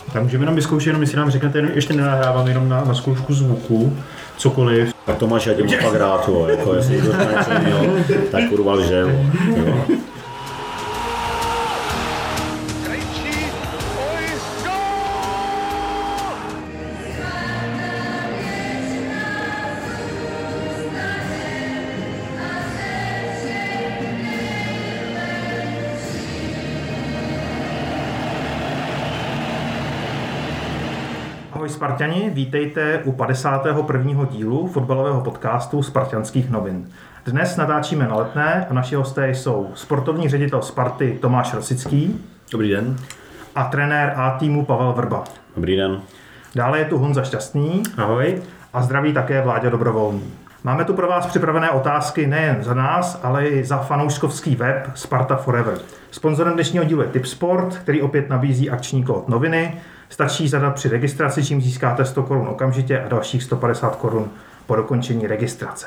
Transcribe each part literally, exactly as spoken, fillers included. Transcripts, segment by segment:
Tak můžeme jenom vyzkoušet, jenom jestli nám řeknete, ještě nenahrávám jenom na, na zkoušku zvuku, cokoliv. Tak Tomáš, já tě moc pak rád, jo, jako jestli jde to něco jiného, tak kurva lže, jo. Ahoj Sparťani, vítejte u padesátého prvního dílu fotbalového podcastu Spartanských novin. Dnes natáčíme na Letné a naši hosté jsou sportovní ředitel Sparty Tomáš Rosický. Dobrý den. A trenér A týmu Pavel Vrba. Dobrý den. Dále je tu Honza Šťastný. Ahoj. A zdraví také Vláďa Dobrovolný. Máme tu pro vás připravené otázky nejen za nás, ale i za fanouškovský web Sparta Forever. Sponzorem dnešního dílu je Tipsport, který opět nabízí akční kód noviny. Stačí zadat při registraci, čím získáte sto korun okamžitě a dalších sto padesát korun po dokončení registrace.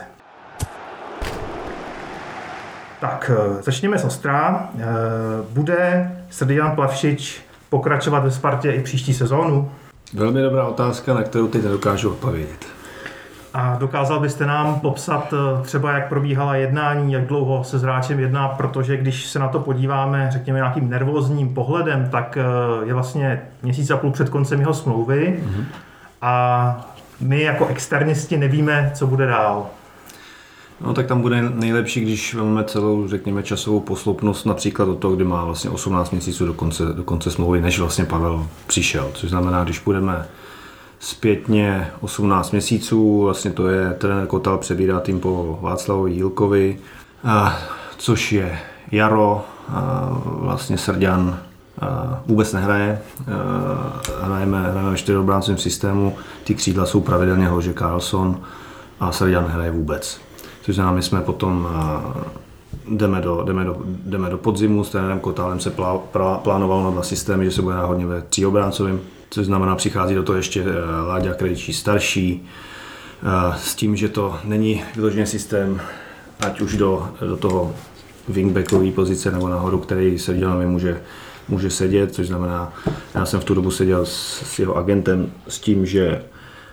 Tak, začněme s Ostrá. Bude Srdian Plavšič pokračovat ve Spartě i příští sezónu? Velmi dobrá otázka, na kterou teď nedokážu odpovědět. A dokázal byste nám popsat třeba, jak probíhala jednání, jak dlouho se s hráčem jedná, protože když se na to podíváme, řekněme, nějakým nervózním pohledem, tak je vlastně měsíc a půl před koncem jeho smlouvy mm-hmm. a my jako externisti nevíme, co bude dál. No tak tam bude nejlepší, když máme celou, řekněme, časovou posloupnost například od toho, kdy má vlastně osmnáct měsíců do konce, do konce smlouvy, než vlastně Pavel přišel. Což znamená, když půjdeme zpětně osmnáct měsíců, vlastně to je trenér Kotal přebírá tým po Václavovi Jílkovi, a, což je jaro, a vlastně Srďan a, vůbec nehraje, a, hrajeme, hrajeme ve čtyřobráncovém systému, ty křídla jsou pravidelně Hlože Karlsson a Srďan nehraje vůbec. Což znamená, my jsme potom a, jdeme, do, jdeme, do, jdeme do podzimu, s trenérem Kotalem se plá, plá, plánovalo na dva systémy, že se bude hrát hodně ve tříobráncovém. Což znamená, přichází do toho ještě Láďa Krejčí starší, s tím, že to není vyložený systém, ať už do, do toho wingbackové pozice nebo nahoru, který Srďanovi může, může sedět, což znamená, já jsem v tu dobu seděl s, s jeho agentem s tím, že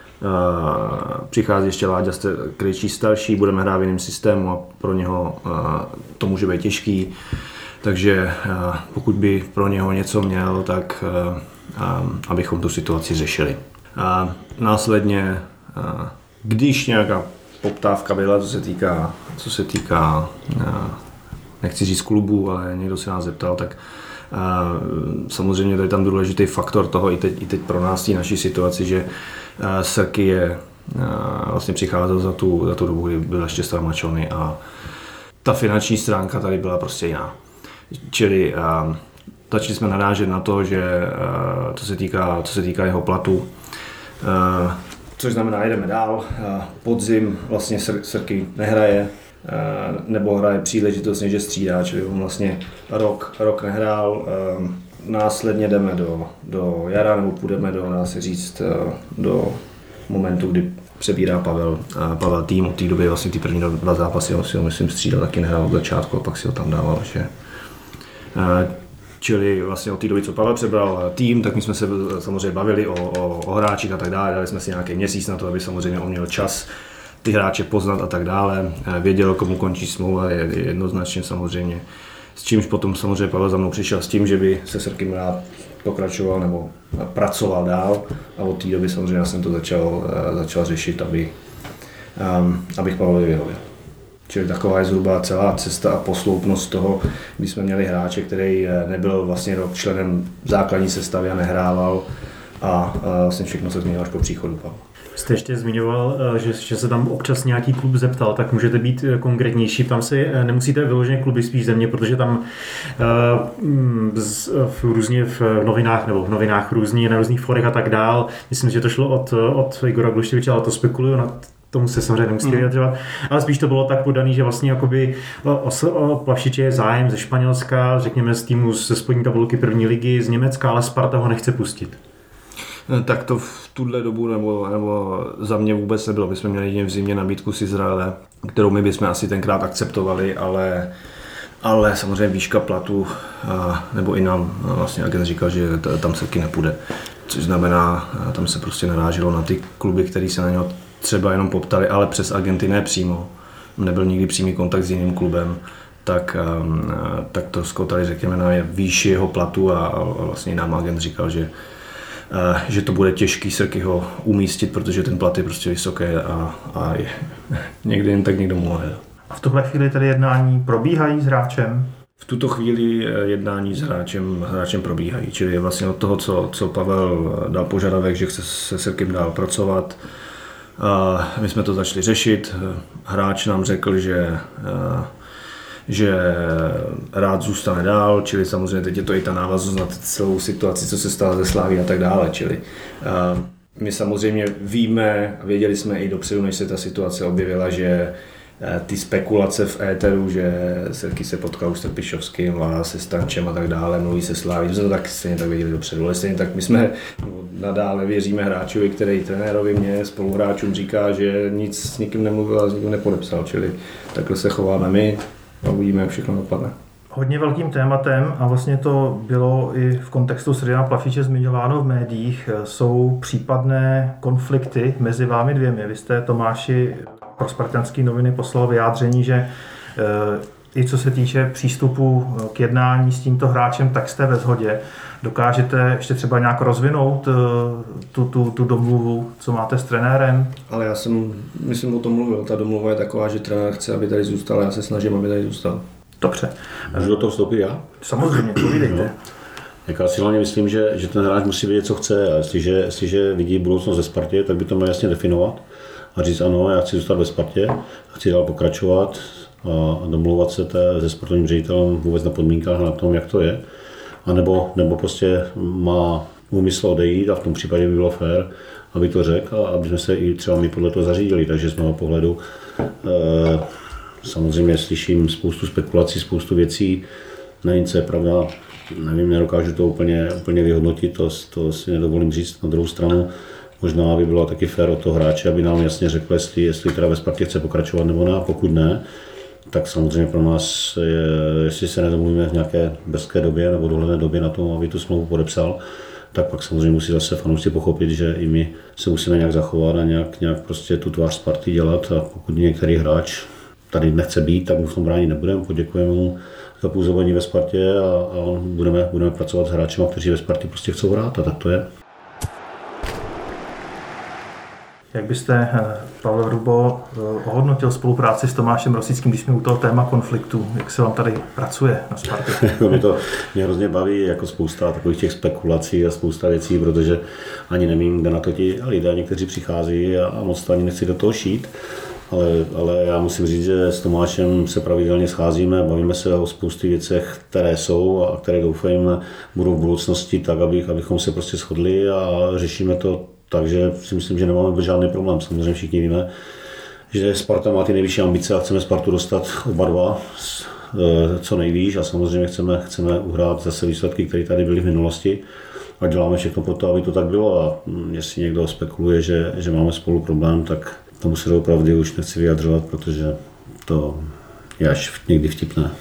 Uh, přichází ještě Láďa Krejčí starší, budeme hrát v jiném systému a pro něho uh, to může být těžký, takže uh, pokud by pro něho něco měl, tak uh, uh, abychom tu situaci řešili. Uh, následně, uh, když nějaká poptávka byla, co se týká, co se týká uh, nechci říct klubu, ale někdo se nás zeptal, tak uh, samozřejmě to je tam důležitý faktor toho i teď, i teď pro nás v naší situaci, že Srky je vlastně přicházel za tu, za tu dobu, kdy byl ještě Stramačony a ta finanční stránka tady byla prostě jiná. Čili uh, začali jsme narážet na to, že uh, co se týká, co se týká jeho platu, uh, což znamená, jdeme dál, uh, podzim vlastně Sr- Srky nehraje, uh, nebo hraje příležitostně, že střídá, čili on vlastně rok, rok nehrál. Uh, Následně jdeme do, do jara, nebo půjdeme do, dá se říct, do momentu, kdy přebírá Pavel, Pavel tým. Od té doby vlastně ty první dva zápasy, on si ho myslím střídal, taky nehrál od začátku a pak si ho tam dával. Že. Čili vlastně od té doby, co Pavel přebral tým, tak my jsme se samozřejmě bavili o, o, o hráčích a tak dále. Dali jsme si nějaký měsíc na to, aby samozřejmě on měl čas ty hráče poznat a tak dále. Věděl, komu končí smlouva, je, je jednoznačně samozřejmě. S čímž potom samozřejmě Pavel za mnou přišel s tím, že by se Srkým rád pokračoval nebo pracoval dál a od té doby samozřejmě já jsem to začal, začal řešit, aby, um, abych Pavlovi vyhověl. Čili taková je zhruba celá cesta a posloupnost toho, kdy jsme měli hráče, který nebyl vlastně rok členem základní sestavy a nehrával a, a vlastně všechno se změnilo až po příchodu Pavla. Jste ještě zmiňoval, že, že se tam občas nějaký klub zeptal, tak můžete být konkrétnější. Tam si nemusíte vyloženě kluby, spíš země, protože tam v, různě v novinách nebo v novinách různě na různých forech a tak dál. Myslím, že to šlo od, od Igora Gluštěviče, ale to spekuluju na tomu se samozřejmě nemusíte vyjadřovat, ale spíš to bylo tak podaný, že vlastně jakoby o, o Plavšiče je zájem ze Španělska, řekněme z týmu ze spodní tabulky první ligy, z Německa, ale Sparta ho nechce pustit. Tak to v tuhle dobu nebo, nebo za mě vůbec nebylo. My jsme měli jedině v zimě nabídku z Izraele, kterou my bychom asi tenkrát akceptovali, ale, ale samozřejmě výška platu, nebo i nám vlastně agent říkal, že tam Srky nepůjde. což znamená, tam se prostě naráželo na ty kluby, které se na něho třeba jenom poptali, ale přes agenty ne přímo. Nebyl nikdy přímý kontakt s jiným klubem, tak, tak to skotali, řekněme, na výši jeho platu a, a vlastně nám agent říkal, že, že to bude těžký Srky ho umístit, protože ten plat je prostě vysoký a, a je, někdy jen tak někdo může. V tuhle chvíli tedy jednání probíhají s hráčem? V tuto chvíli jednání s hráčem, hráčem probíhají, čili vlastně od toho, co, co Pavel dal požadavek, že chce se Srkem dál pracovat. A my jsme to začali řešit. Hráč nám řekl, že, že rád zůstane dál, čili samozřejmě teď je to i ta návaznost na celou situaci, co se stalo ze Sláví a tak dále. Čili my samozřejmě víme, věděli jsme i dopředu, než se ta situace objevila, že ty spekulace v éteru, že Srky se potkal s Trpišovským, mládá se Stančem a tak dále, mluví se Sláví, to jsme to tak stejně tak věděli dopředu, ale stejně tak my jsme nadále věříme hráčovi, který trenérovi mě, spoluhráčům říká, že nic s nikým nemluvil a s nikým nepodepsal, čili takhle se chováme my a uvidíme, jak všechno dopadne. Hodně velkým tématem, a vlastně to bylo i v kontextu Srdana Plafiče zmiňováno v médiích, jsou případné konflikty mezi vámi dvěmi. Vy jste, Tomáši, pro Spartanské noviny poslal vyjádření, že e, i co se týče přístupu k jednání s tímto hráčem, tak jste ve shodě. Dokážete ještě třeba nějak rozvinout e, tu, tu, tu domluvu, co máte s trenérem? Ale já jsem, myslím, o tom mluvil. Ta domluva je taková, že trenér chce, aby tady zůstal, a já se snažím, aby tady zůstal. Dobře. Můžu do toho vstoupit já? Samozřejmě, povídejte. No. Já si hlavně myslím, že, že ten hráč musí vědět, co chce, a jestliže, jestliže vidí budoucnost ve Spartě, tak by to měl jasně definovat a říct ano, já chci zůstat ve Spartě, chci dál pokračovat a domlouvat se se sportovním ředitelem vůbec na podmínkách, na tom, jak to je. A nebo, nebo prostě má úmysl odejít a v tom případě by bylo fér, aby to řekl a aby jsme se i třeba my podle toho zařídili. Takže z mého pohledu e, samozřejmě slyším spoustu spekulací, spoustu věcí, nevím, co je pravda, nevím, nedokážu to úplně, úplně vyhodnotit, to, to si nedovolím říct. Na druhou stranu možná by bylo taky fér od toho hráče, aby nám jasně řekl, jestli, jestli teda ve Spartě chce pokračovat nebo ne, a pokud ne, tak samozřejmě pro nás, je, jestli se nedomluvíme v nějaké brzké době nebo dohledné době na tom, aby tu smlouvu podepsal, tak pak samozřejmě musí zase fanoušci pochopit, že i my se musíme nějak zachovat a nějak, nějak prostě tu tvář Sparty dělat, a pokud některý hráč tady nechce být, tak mu v tom bránit nebudeme, poděkujeme mu za působení ve Spartě a, a budeme, budeme pracovat s hráči, kteří ve Spartě prostě chcou hrát, a tak to je. Jak byste, Pavel Vrubo, ohodnotil spolupráci s Tomášem Rosickým, když jsme u toho téma konfliktu? Jak se vám tady pracuje na Spartě? Mě to mě hrozně baví, jako spousta takových těch spekulací a spousta věcí, protože ani nevím, kde na to ti lidé někteří přichází a, a moc to ani nechci do toho šít. Ale, ale já musím říct, že s Tomášem se pravidelně scházíme, bavíme se o spoustě věcech, které jsou a které doufejme budou v budoucnosti tak, abych, abychom se prostě shodli a řešíme to. Takže si myslím, že nemáme žádný problém. Samozřejmě všichni víme, že Sparta má ty nejvyšší ambice a chceme Spartu dostat oba dva co nejvíc a samozřejmě chceme, chceme uhrát zase výsledky, které tady byly v minulosti a děláme všechno pro to, aby to tak bylo. A jestli někdo spekuluje, že, že máme spolu problém, tak tomu se opravdu už nechci vyjadřovat, protože to je až někdy vtipné.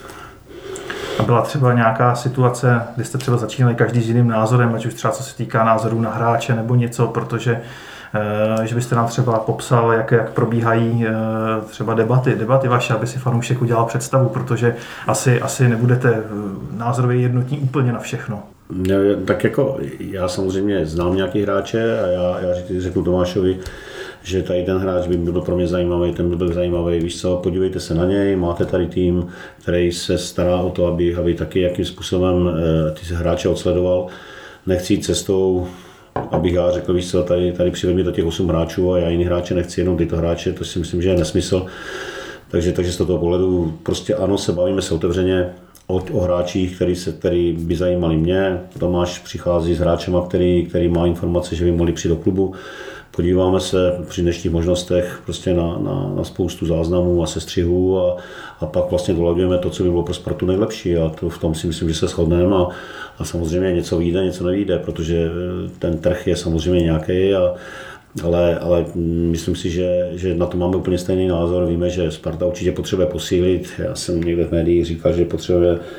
A byla třeba nějaká situace, kdy jste třeba začínali každý s jiným názorem, ať už třeba co se týká názorů na hráče nebo něco, protože že byste nám třeba popsal, jak, jak probíhají třeba debaty, debaty vaše, aby si fanoušek udělal představu, protože asi, asi nebudete názorově jednotní úplně na všechno. Tak jako já samozřejmě znám nějaký hráče a já, já řeknu Tomášovi, že tady ten hráč by byl pro mě zajímavý, ten by byl zajímavý, víš co, podívejte se na něj, máte tady tým, který se stará o to, aby, aby taky jakým způsobem ty hráče odsledoval. Nechci jít cestou, abych já řekl, víš co, tady, tady přived mi do těch osm hráčů a já jiný hráče nechci, jenom tyto hráče, to si myslím, že je nesmysl. Takže, takže z toho pohledu prostě ano, se bavíme se otevřeně o, o hráčích, který, se, který by zajímali mě. Tomáš přichází s hráčem, který, který má informace, že by mohli přijít do klubu. Podíváme se při dnešních možnostech prostě na, na, na spoustu záznamů a sestřihů a, a pak vlastně dolaďujeme to, co by bylo pro Spartu nejlepší, a to v tom si myslím, že se shodneme a, a samozřejmě něco vyjde, něco nevyjde, protože ten trh je samozřejmě nějaký, a, ale, ale myslím si, že, že na to máme úplně stejný názor. Víme, že Sparta určitě potřebuje posílit. Já jsem někde v médiích říkal, že potřebuje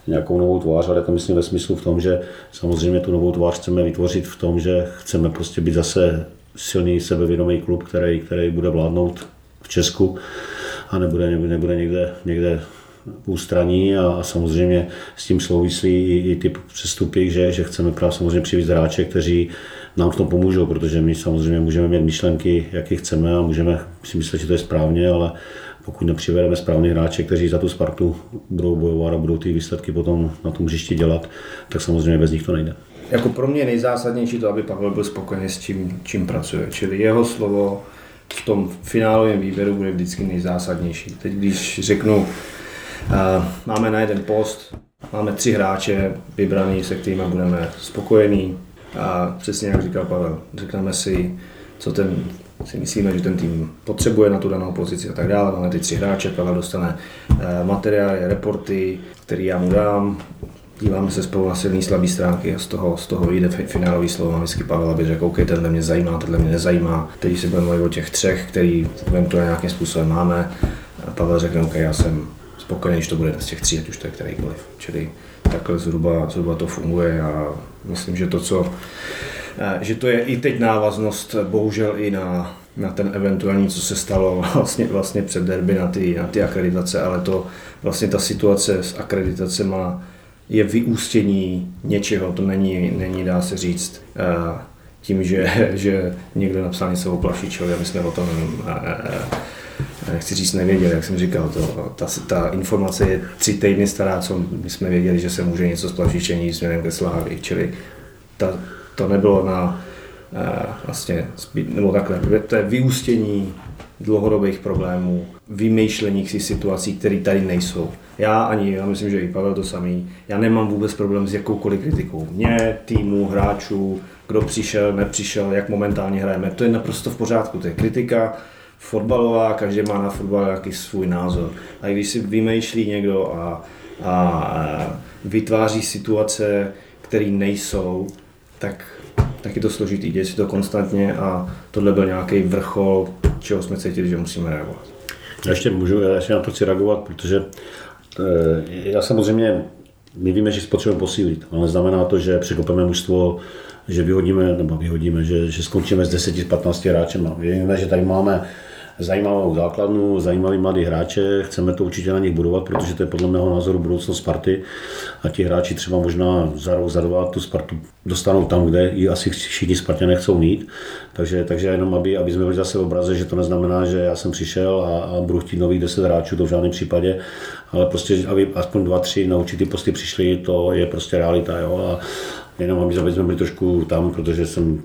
nějakou novou tvář, ale to myslím ve smyslu v tom, že samozřejmě tu novou tvář chceme vytvořit v tom, že chceme prostě být zase silný sebevědomý klub, který, který bude vládnout v Česku a nebude, nebude někde, někde ústraní a, a samozřejmě s tím souvislí i, i ty přestupy, že, že chceme právě samozřejmě přivést hráče, kteří nám v tom pomůžou, protože my samozřejmě můžeme mít myšlenky, jaký chceme a můžeme si myslet, že to je správně, ale pokud nepřivedeme správný hráče, kteří za tu Spartu budou bojovat a budou ty výsledky potom na tom hřišti dělat, tak samozřejmě bez nich to nejde. Jako pro mě je nejzásadnější to, aby Pavel byl spokojený s tím, čím pracuje. Čili jeho slovo v tom finálovém výběru bude vždycky nejzásadnější. Teď když řeknu, uh, máme na jeden post, máme tři hráče vybraný, se kterými budeme spokojení a přesně jak říkal Pavel, řekneme si, co ten si myslíme, že ten tým potřebuje na tu danou pozici a tak dále. Máme ty tři hráče, Pavel dostane uh, materiály, reporty, které já mu dám. Díváme se spolu na silný slabý stránky a z toho, z toho vyjde finálový slovo. Mám vždycky Pavel, aby řekl, OK, tenhle mě zajímá, tenhle mě nezajímá. Teď si budeme mluvit o těch třech, který eventuálně nějakým způsobem máme. A Pavel řekne, OK, já jsem spokojený, když to bude z těch tří, ať už to je kterýkoliv. Čili takhle zhruba, zhruba to funguje a myslím, že to, co, že to je i teď návaznost, bohužel i na, na ten eventuální, co se stalo vlastně, vlastně před derby na ty, na ty akreditace, ale to vlastně ta situace s akreditacema je vyústění něčeho, to není, není dá se říct, tím, že, že někdo napsal něco o Plavšičovi a my jsme o tom, nechci říct, nevěděli, jak jsem říkal, to, ta, ta informace je tři týdny stará, co my jsme věděli, že se může něco s Plavšičem směrem ke Slávii, čili ta, to nebylo na vlastně, nebo takhle, to je vyústění dlouhodobých problémů, vymýšlení si situací, které tady nejsou. Já ani, já myslím, že i Pavel to samý, já nemám vůbec problém s jakoukoliv kritikou. Mě, týmu, hráčů, kdo přišel, nepřišel, jak momentálně hrajeme, to je naprosto v pořádku, to je kritika fotbalová, každý má na fotbal nějaký svůj názor. A když si vymýšlí někdo a, a, a vytváří situace, které nejsou, tak tak je to složitý, děje si to konstantně a tohle byl nějaký vrchol, čeho jsme cítili, že musíme reagovat. Já ještě můžu, já ještě na to chci reagovat, protože e, já samozřejmě, my víme, že potřebujeme posílit, ale znamená to, že překopeme mužstvo, že vyhodíme, nebo vyhodíme, že, že skončíme s deseti patnácti hráčema. Víme, že tady máme zajímavou základnu, zajímavý mladý hráče, chceme to určitě na nich budovat, protože to je podle mého názoru budoucnost Sparty a ti hráči třeba možná za rok, za dva tu Spartu dostanou tam, kde ji asi všichni Spartané chcou mít. Takže, takže jenom, aby, aby jsme byli zase v obraze, že to neznamená, že já jsem přišel a, a budu chtít nových deset hráčů, to v žádném případě, ale prostě, aby aspoň dva, tři na určitý posty přišli, to je prostě realita. Jo? A jenom, aby jsme byli trošku tam, protože jsem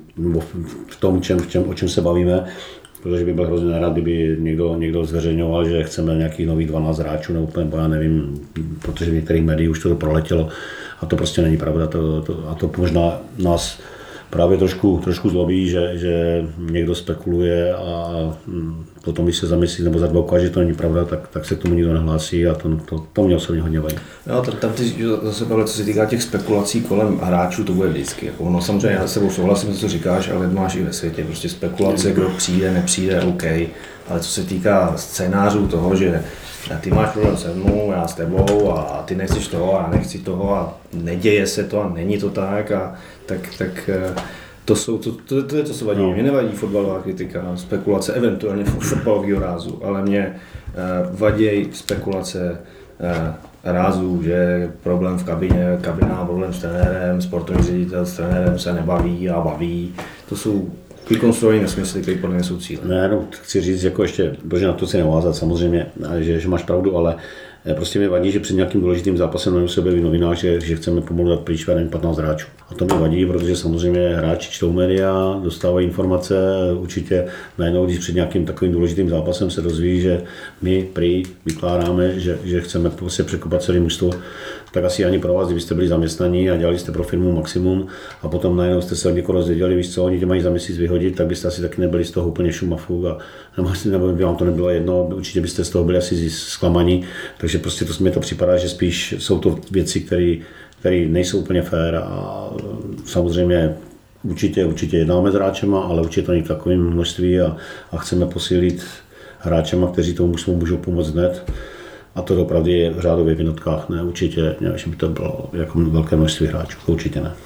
v tom, čem, v čem, o čem se bavíme, protože by byl hrozně nerad, kdyby někdo, někdo zveřejňoval, že chceme nějakých nových dvanáct hráčů, nebo úplně, já nevím, protože v některých médiích už to proletělo a to prostě není pravda. To, to, a to možná nás právě trošku, trošku zlobí, že, že někdo spekuluje a potom, když se zamyslí nebo za dva ukáže, že to není pravda, tak, tak se k tomu nikdo nehlásí a to, to, to mě osobně hodně vadí. No, tam ty zase, Pavel, co se týká těch spekulací kolem hráčů, to bude vždycky. Jako, no, samozřejmě já s sebou souhlasím, co říkáš, ale máš i ve světě. Prostě spekulace, kdo přijde, nepřijde, OK. Ale co se týká scénářů toho, že ty máš problém se mnou, já s tebou a ty nechceš toho a já nechci toho a neděje se to a není to tak, a tak, tak to, jsou, to, to, to je to, co vadí. Mě nevadí fotbalová kritika, spekulace eventuálně fotbalového rázu, ale mě uh, vadí spekulace uh, rázu, že je problém v kabině, kabina, problém s trenérem, sportovní ředitel s trenérem se nebaví a baví. To jsou vykonstruovaný nesmysly, které podle mě jsou cíle. Ne, jenom chci říct, jako ještě, protože na to si nevázat samozřejmě, že, že máš pravdu, ale prostě mi vadí, že před nějakým důležitým zápasem na sebe novinář, že, že chceme pomalu dát pryč patnáct hráčů. A to mi vadí, protože samozřejmě hráči čtou média, dostávají informace, určitě najednou, když před nějakým takovým důležitým zápasem se dozví, že my prý vykládáme, že, že chceme prostě překopat celé mužstvo, tak asi ani pro vás, kdybyste byli zaměstnaní a dělali jste pro firmu maximum a potom najednou jste se od někoho dozvěděli, víš co, oni tě mají za měsíc vyhodit, tak byste asi taky nebyli z toho úplně šumafuk a nebo by vám to nebylo jedno, určitě byste z toho byli asi zklamaní, takže prostě to mi to připadá, že spíš jsou to věci, které které nejsou úplně fér a samozřejmě určitě, určitě jednáme s hráčema, ale určitě to není v takovém množství a, a chceme posílit hráčema, kteří tomu mužstvu můžou pomoct hned. a to opravdu je v řádově v jednotkách, ne určitě, ne, že by to bylo jako velké množství hráčů, určitě ne.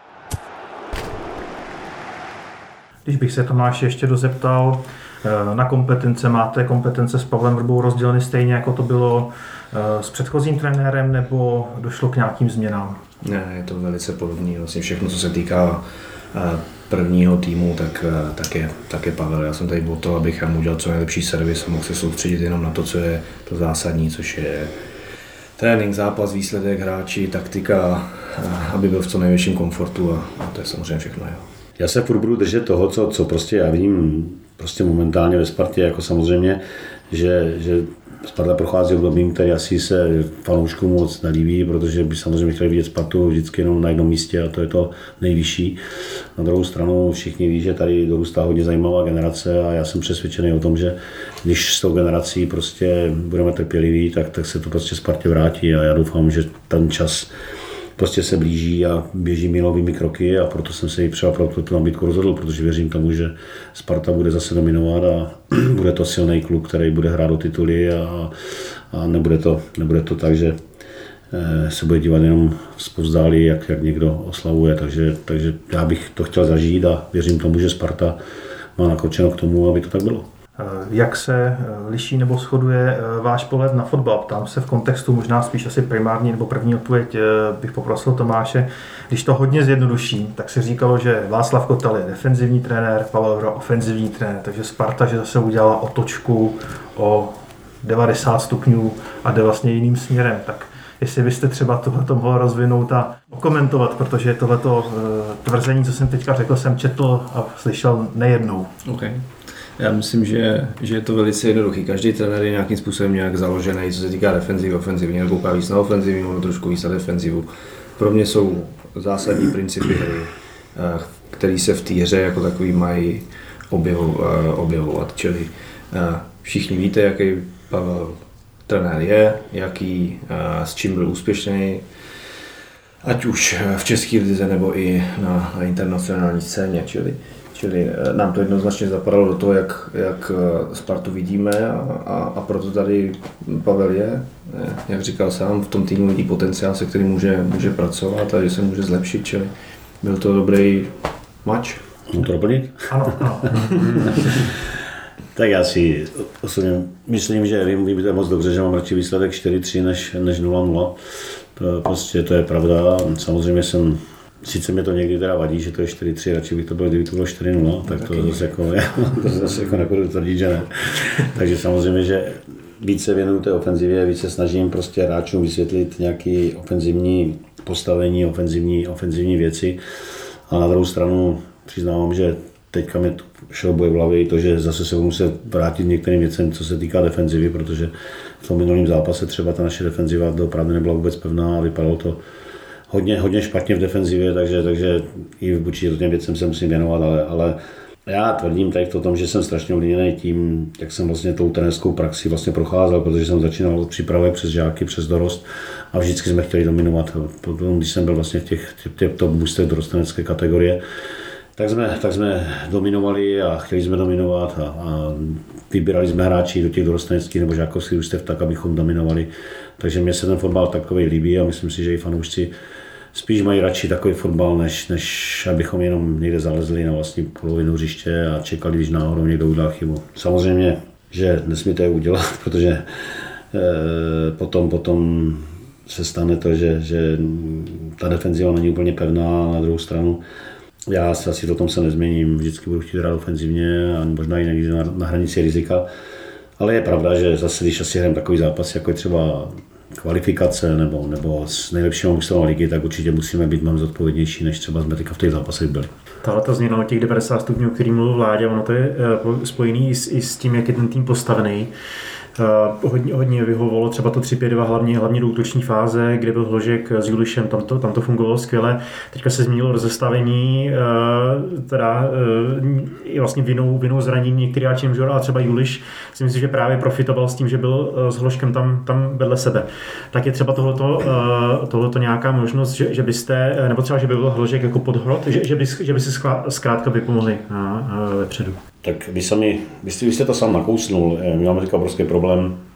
Když bych se Tomáš ještě dozeptal, na kompetence, máte kompetence s Pavlem Vrbou rozděleny stejně, jako to bylo s předchozím trenérem, nebo došlo k nějakým změnám? Ne, je to velice podobné. Vlastně všechno, co se týká prvního týmu, tak, tak, je, tak je Pavel. Já jsem tady byl to, abych mu udělal co nejlepší servis a mohl se soustředit jenom na to, co je to zásadní, což je trénink, zápas, výsledek, hráči, taktika, aby byl v co největším komfortu a, a to je samozřejmě všechno. Jo. Já se furt budu držet toho, co, co prostě já vidím prostě momentálně ve Spartě, jako samozřejmě, že, že Sparta prochází obdobím, který asi se fanouškům moc nelíbí, protože by samozřejmě chtěli vidět Spartu vždycky jenom na jednom místě a to je to nejvyšší. Na druhou stranu všichni ví, že tady dorůstá hodně zajímavá generace a já jsem přesvědčený o tom, že když s tou generací prostě budeme trpěliví, tak, tak se to prostě Spartě vrátí a já doufám, že ten čas prostě se blíží a běží milovými kroky a proto jsem se i třeba pro tu nabídku rozhodl, protože věřím tomu, že Sparta bude zase dominovat a bude to silný klub, který bude hrát o tituly a, a nebude, to, nebude to tak, že se bude dívat jenom zpovzdálí, jak, jak někdo oslavuje, takže, takže já bych to chtěl zažít a věřím tomu, že Sparta má nakročeno k tomu, aby to tak bylo. Jak se liší nebo shoduje váš pohled na fotbal? Ptám se v kontextu, možná spíš asi primární nebo první odpověď bych poprosil Tomáše. Když to hodně zjednoduší, tak se říkalo, že Václav Kotal je defenzivní trenér, Pavel Vrba ofenzivní trenér, takže Sparta, že zase udělala otočku o devadesát stupňů a jde vlastně jiným směrem. Tak jestli byste třeba tohleto mohl rozvinout a okomentovat, protože tohleto tvrzení, co jsem teďka řekl, jsem četl a slyšel nejednou. Okay. Já myslím, že, že je to velice jednoduchý. Každý trenér je nějakým způsobem nějak založený, co se týká defenzivy, ofenzivy. Někdo kouká víc na ofenzivu, nebo trošku víc na defenzivu. Pro mě jsou zásadní principy hry, které se v té hře jako takový mají objevovat. Čili všichni víte, jaký Pavel trenér je, jaký, s čím byl úspěšný, ať už v české lize nebo i na, na internacionální scéně. Čili Čili nám to jednoznačně zapadalo do toho, jak, jak Spartu vidíme a, a, a proto tady Pavel je, jak říkal sám, v tom týmu vidí potenciál, se kterým může, může pracovat a že se může zlepšit, čili byl to dobrý mač. Můžu to doplnit? Ano, ano. Tak já si osobně myslím, že vy víte moc dobře, že mám radši výsledek čtyři tři než, než nula nula. To prostě to je pravda. Samozřejmě jsem Sice mě to někdy teda vadí, že to je čtyři tři, radši bych to bylo, kdyby to bylo čtyři nula, tak to zase jako, to zase jako nebudu tvrdit, že ne. Takže samozřejmě, že více věnuju té ofenzivě, více snažím prostě hráčům vysvětlit nějaké ofenzivní postavení, ofenzivní, ofenzivní věci. A na druhou stranu přiznávám, že teďka mi šroubuje v hlavě i to, že zase se budu muset vrátit některým věcem, co se týká defenzivy, protože v tom minulém zápase třeba ta naše defenziva opravdu nebyla vůbec pevná a vypadalo to hodně, hodně špatně v defenzivě, takže, takže i vůči těm věcem se musím věnovat, ale, ale já tvrdím tady v tom, že jsem strašně ovlivněný tím, jak jsem vlastně tou trenérskou praxi vlastně procházel, protože jsem začínal od přípravy přes žáky, přes dorost a vždycky jsme chtěli dominovat. Potom, když jsem byl vlastně v těch, těch top mužstvech dorostenecké kategorie, tak jsme, tak jsme dominovali a chtěli jsme dominovat a, a vybírali jsme hráči do těch dorosteneckých nebo žákovských družstev tak, abychom dominovali. Takže mně se ten fotbal takový líbí a myslím si, že i fanoušci spíš mají radši takový fotbal, než, než abychom jenom někde zalezli na vlastní polovinu hřiště a čekali, když náhodou někdo udělá chybu. Samozřejmě, že nesmíte je udělat, protože e, potom, potom se stane to, že, že ta defenziva není úplně pevná, a na druhou stranu já se asi o tom se nezměním, vždycky budu chtít hrát ofenzivně a možná i někdy na, na hranici rizika. Ale je pravda, že zase, když asi hrajeme takový zápas, jako je třeba kvalifikace nebo, nebo s nejlepšími mužstvama ligy, tak určitě musíme být mnohem zodpovědnější, než třeba jsme teďka v těch zápasech byli. Tahle ta změna o těch devadesát stupňů, který mluvil Vládě, ono to je spojený i s, i s tím, jak je ten tým postavený. Uh, hodně, hodně vyhovovalo třeba to tři pět dva, hlavně, hlavně do útoční fáze, kde byl Hložek s Julišem, tam to, tam to fungovalo skvěle. Teďka se změnilo rozestavení, uh, teda uh, i vlastně vinou, vinou zranění některý hráči nemůžou, ale třeba Juliš si myslím, že právě profitoval s tím, že byl uh, s Hložkem tam, tam vedle sebe. Tak je třeba tohleto, uh, tohleto nějaká možnost, že, že byste, nebo třeba, že by byl Hložek jako podhrot, že, že, by, že by si zkrátka vypomohli uh, uh, vepředu. Tak vy sami, vy jste, vy jste to sám nakousnul, my máme teďka obrovský problém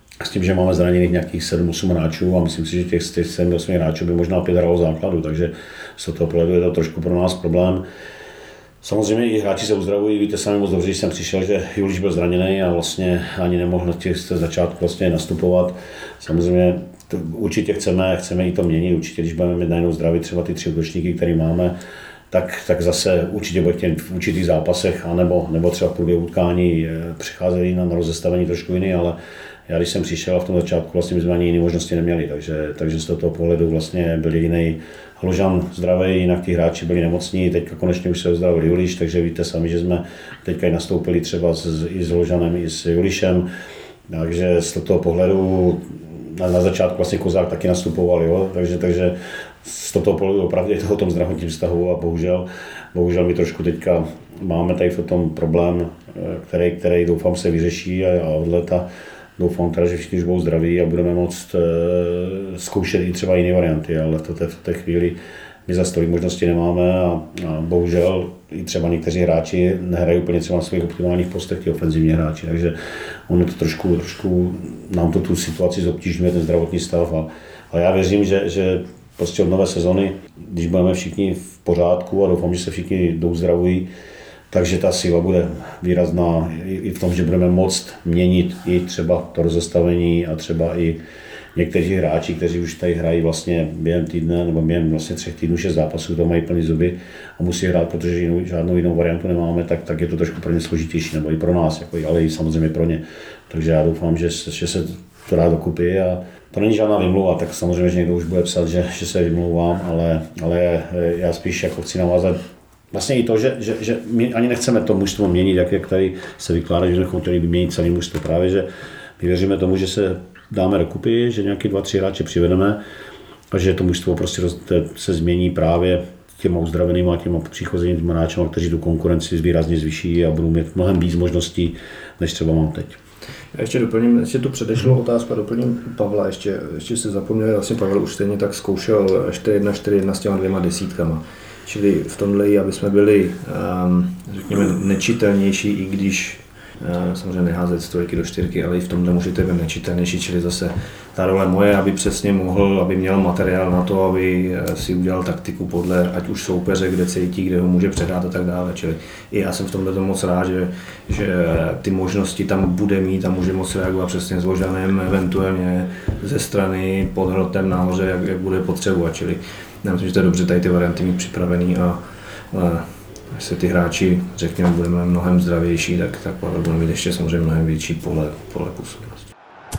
s tím, že máme zraněných nějakých sedm osm hráčů a myslím si, že těch, těch sedm osm hráčů by možná pět hralo základu, takže z toho pohledu je to trošku pro nás problém. Samozřejmě i hráči se uzdravují, víte sami moc dobře, že jsem přišel, že Juliš byl zraněný a vlastně ani nemohl na těch začátku vlastně nastupovat. Samozřejmě to určitě chceme, chceme i to měnit, určitě když budeme mít najednou zdraví třeba ty tři útočníky, které máme, tak, tak zase určitě bude chtět v určitých zápasech, anebo, nebo třeba v průběhu utkání přicházeli na rozestavení trošku jiný, ale já když jsem přišel a v tom začátku vlastně my jsme ani jiné možnosti neměli, takže, takže z toho pohledu vlastně byl jediný Hložan zdravý, jinak ti hráči byli nemocní, teďka konečně už se ozdravil Juliš, takže víte sami, že jsme teďka i nastoupili třeba s, i s Hložanem, i s Julišem, takže z toho pohledu na, na začátku vlastně Kozák taky nastupoval, jo? Takže, takže z toho pohledu opravdu je to o tom zdravotním vztahu a bohužel, bohužel my trošku teďka máme tady v tom problém, který, který doufám se vyřeší a, a od léta doufám teda, že všichni už budou zdraví a budeme moct uh, zkoušet i třeba jiné varianty, ale to v té chvíli my za tolik možnosti nemáme a, a bohužel i třeba někteří hráči nehrají úplně třeba na svých optimálních postech, ti ofenzivní hráči, takže ono to trošku, trošku nám to tu situaci zobtížňuje, ten zdravotní stav a, a já věřím, že, že prostě od nové sezony, když budeme všichni v pořádku a doufám, že se všichni douzdravují, takže ta síla bude výrazná i v tom, že budeme moct měnit i třeba to rozestavení a třeba i někteří hráči, kteří už tady hrají vlastně během týdne nebo během vlastně třech týdnů šest zápasů, to mají plný zuby a musí hrát, protože jinou, žádnou jinou variantu nemáme, tak, tak je to trošku pro ně složitější, nebo i pro nás, jako, ale i samozřejmě pro ně. Takže já doufám, že, že se to dá dokupy a to není žádná vymluva, tak samozřejmě, že někdo už bude psat, že, že se vymlouvám, ale, ale já spíš jako chci navázat vlastně i to, že, že, že my ani nechceme to mužstvo měnit, jak, jak tady se vykládá, že bychom chtěli vyměnit celý mužstvo. Právě, že my věříme tomu, že se dáme dokupy, že nějaký dva, tři hráče přivedeme a že to mužstvo prostě se změní právě těma uzdravenýma a těma příchozími hráčema, kteří tu konkurenci výrazně zvyší a budou mít mnohem víc možností, než třeba mám teď. Já ještě doplním, ještě tu předešlou otázku a doplním Pavla, ještě, ještě si zapomněl, vlastně Pavel už stejně tak zkoušel čtyři jedna čtyři jedna s těma dvěma desítkama. Čili v tomhle, aby jsme byli, um, řekněme, nečitelnější, i když uh, samozřejmě neházet z trojky do čtyřky, ale i v tomhle můžete být nečitelnější, čili zase ta role moje, aby přesně mohl, aby měl materiál na to, aby si udělal taktiku podle ať už soupeře, kde cítí, kde ho může předat a tak dále. Čili i já jsem v tomhle moc rád, že, že ty možnosti tam bude mít a může moc reagovat přesně s Hložanem, eventuálně ze strany pod hrotem nahoře, jak, jak bude potřebovat. Čili já myslím, že to je dobře tady ty varianty mít připravený a, a až se ty hráči, řekněme, budeme mnohem zdravější, tak, tak Pavel bude mít ještě samozřejmě mnohem větší pole, pole působnosti.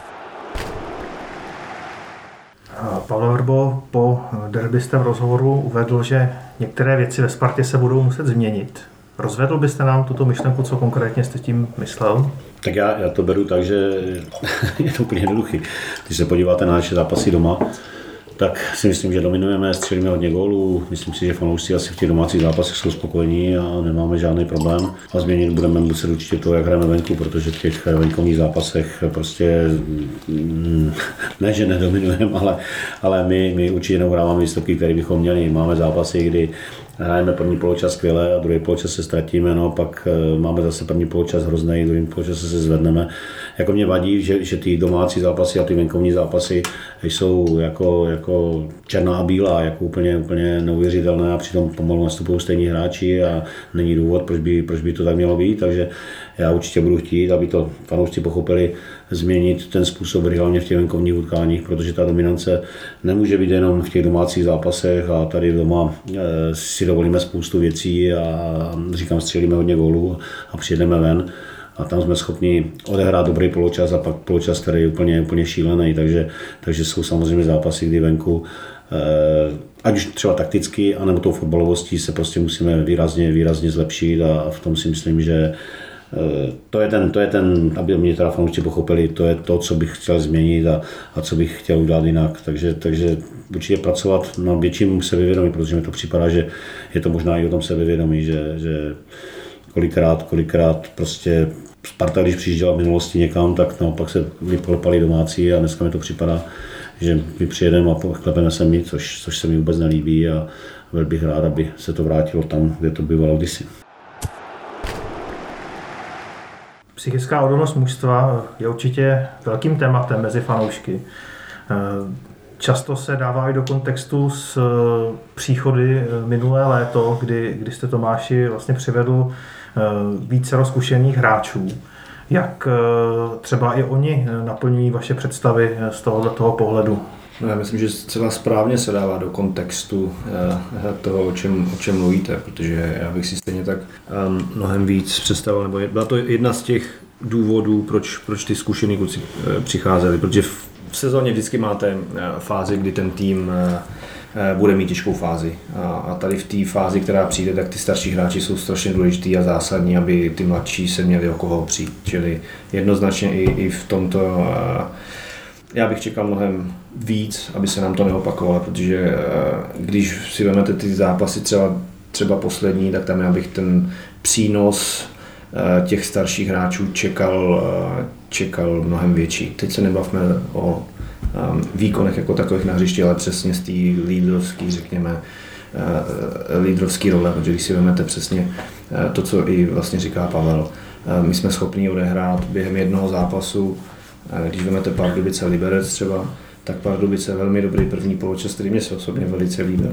Pavel Vrbo po derby jste v rozhovoru uvedl, že některé věci ve Spartě se budou muset změnit. Rozvedl byste nám tuto myšlenku, co konkrétně jste tím myslel? Tak já, já to beru tak, že je to úplně jednoduchý. Když se podíváte na naše zápasy doma, tak si myslím, že dominujeme, střelíme hodně gólů. Myslím si, že fanoušci asi v těch domácích zápasech jsou spokojení a nemáme žádný problém. A změnit budeme muset určitě to, jak hrajeme venku, protože v těch venkovních zápasech prostě ne, že nedominujeme, ale, ale my, my určitě neuhráváme výsledky, které bychom měli. Máme zápasy, kdy hrajeme první poločas skvěle a druhý poločas se ztratíme, no pak máme zase první poločas hrozný, druhý poločas se zvedneme. Jako mě vadí, že, že ty domácí zápasy a ty venkovní zápasy jsou jako, jako černá a bílá, jako úplně, úplně neuvěřitelné a přitom pomalu nastupují stejní hráči a není důvod, proč by, proč by to tak mělo být, takže já určitě budu chtít, aby to fanoušci pochopili, změnit ten způsob hlavně v těch venkovních utkáních, protože ta dominance nemůže být jenom v těch domácích zápasech a tady doma e, si dovolíme spoustu věcí a říkám, střelíme hodně gólů a přijedeme ven a tam jsme schopni odehrát dobrý poločas a pak poločas, který je úplně, úplně šílený, takže, takže jsou samozřejmě zápasy, kdy venku e, ať už třeba takticky, anebo tou fotbalovostí se prostě musíme výrazně, výrazně zlepšit a v tom si myslím, že To je, ten, to je ten, aby mě teda fanoušci pochopili, to je to, co bych chtěl změnit a, a co bych chtěl udělat jinak. Takže, takže určitě pracovat na větším sebevědomí, protože mi to připadá, že je to možná i o tom sebevědomí, že, že kolikrát, kolikrát prostě Sparta, když přijížděla v minulosti někam, tak naopak se vypolepali domácí a dneska mi to připadá, že my přijedeme a klepeme se mi, což, což se mi vůbec nelíbí a byl bych rád, aby se to vrátilo tam, kde to bývalo kdysi. Psychická odolnost mužstva je určitě velkým tématem mezi fanoušky. Často se dává i do kontextu s příchody minulé léto, kdy, kdy jste Tomáši vlastně přivedl více zkušených hráčů. Jak třeba i oni naplňují vaše představy z tohoto toho pohledu? No, já myslím, že zcela správně se dává do kontextu toho, o čem, o čem mluvíte, protože já bych si stejně tak mnohem víc představil, nebo byla to jedna z těch důvodů, proč, proč ty zkušení kluci přicházeli, protože v, v sezóně vždycky máte fázi, kdy ten tým bude mít těžkou fázi. A, a tady v té fázi, která přijde, tak ty starší hráči jsou strašně důležitý a zásadní, aby ty mladší se měli o koho opřít. Čili jednoznačně i, i v tomto já bych čekal mnohem víc, aby se nám to neopakovalo, protože když si vezmete ty zápasy třeba, třeba poslední, tak tam já bych ten přínos těch starších hráčů čekal, čekal mnohem větší. Teď se nebavme o výkonech jako takových na hřišti, ale přesně z té lídrovský, řekněme, lídrovský role, protože když si vezmete přesně to, co i vlastně říká Pavel, my jsme schopni odehrát během jednoho zápasu. Když vezmete Pardubice Liberec třeba, tak Pardubice je velmi dobrý první poločas, který mě se osobně velice líbil.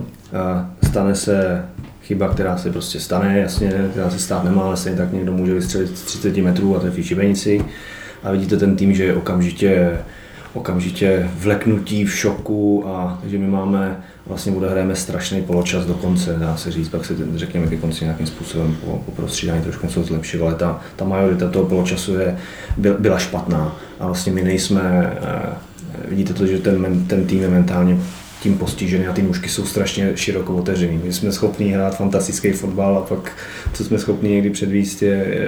Stane se chyba, která se prostě stane, jasně, která se stát nemá, ale stejně tak někdo může vystřelit z třicet metrů a trefí šibenici. A vidíte ten tým, že je okamžitě, okamžitě vleknutí v šoku a že my máme, vlastně odehrajeme strašný poločas do konce, dá se říct, pak se řekněme ke konci nějakým způsobem po, po prostřídání trošku něco zlepšilo, ale ta, ta majorita toho poločasu je, byla špatná a vlastně my nejsme, vidíte to, že ten, ten tým je mentálně tím postižený a ty mužky jsou strašně široko otevřený. My jsme schopni hrát fantastický fotbal a pak, co jsme schopni někdy předvíst, je,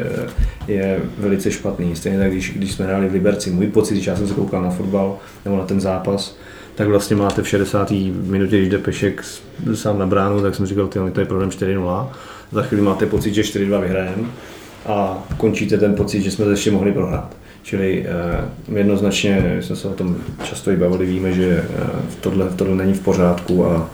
je velice špatný. Stejně tak, když, když jsme hráli v Liberci, můj pocit, když já jsem se koukal na fotbal nebo na ten zápas, tak vlastně máte v šedesáté minutě, když jde Pešek sám na bránu, tak jsem říkal, to je problém čtyři nula. Za chvíli máte pocit, že čtyři dva vyhrajeme a končíte ten pocit, že jsme to ještě mohli prohrát. Čili eh, jednoznačně, jsme se o tom často i bavili, víme, že eh, tohle, tohle není v pořádku a,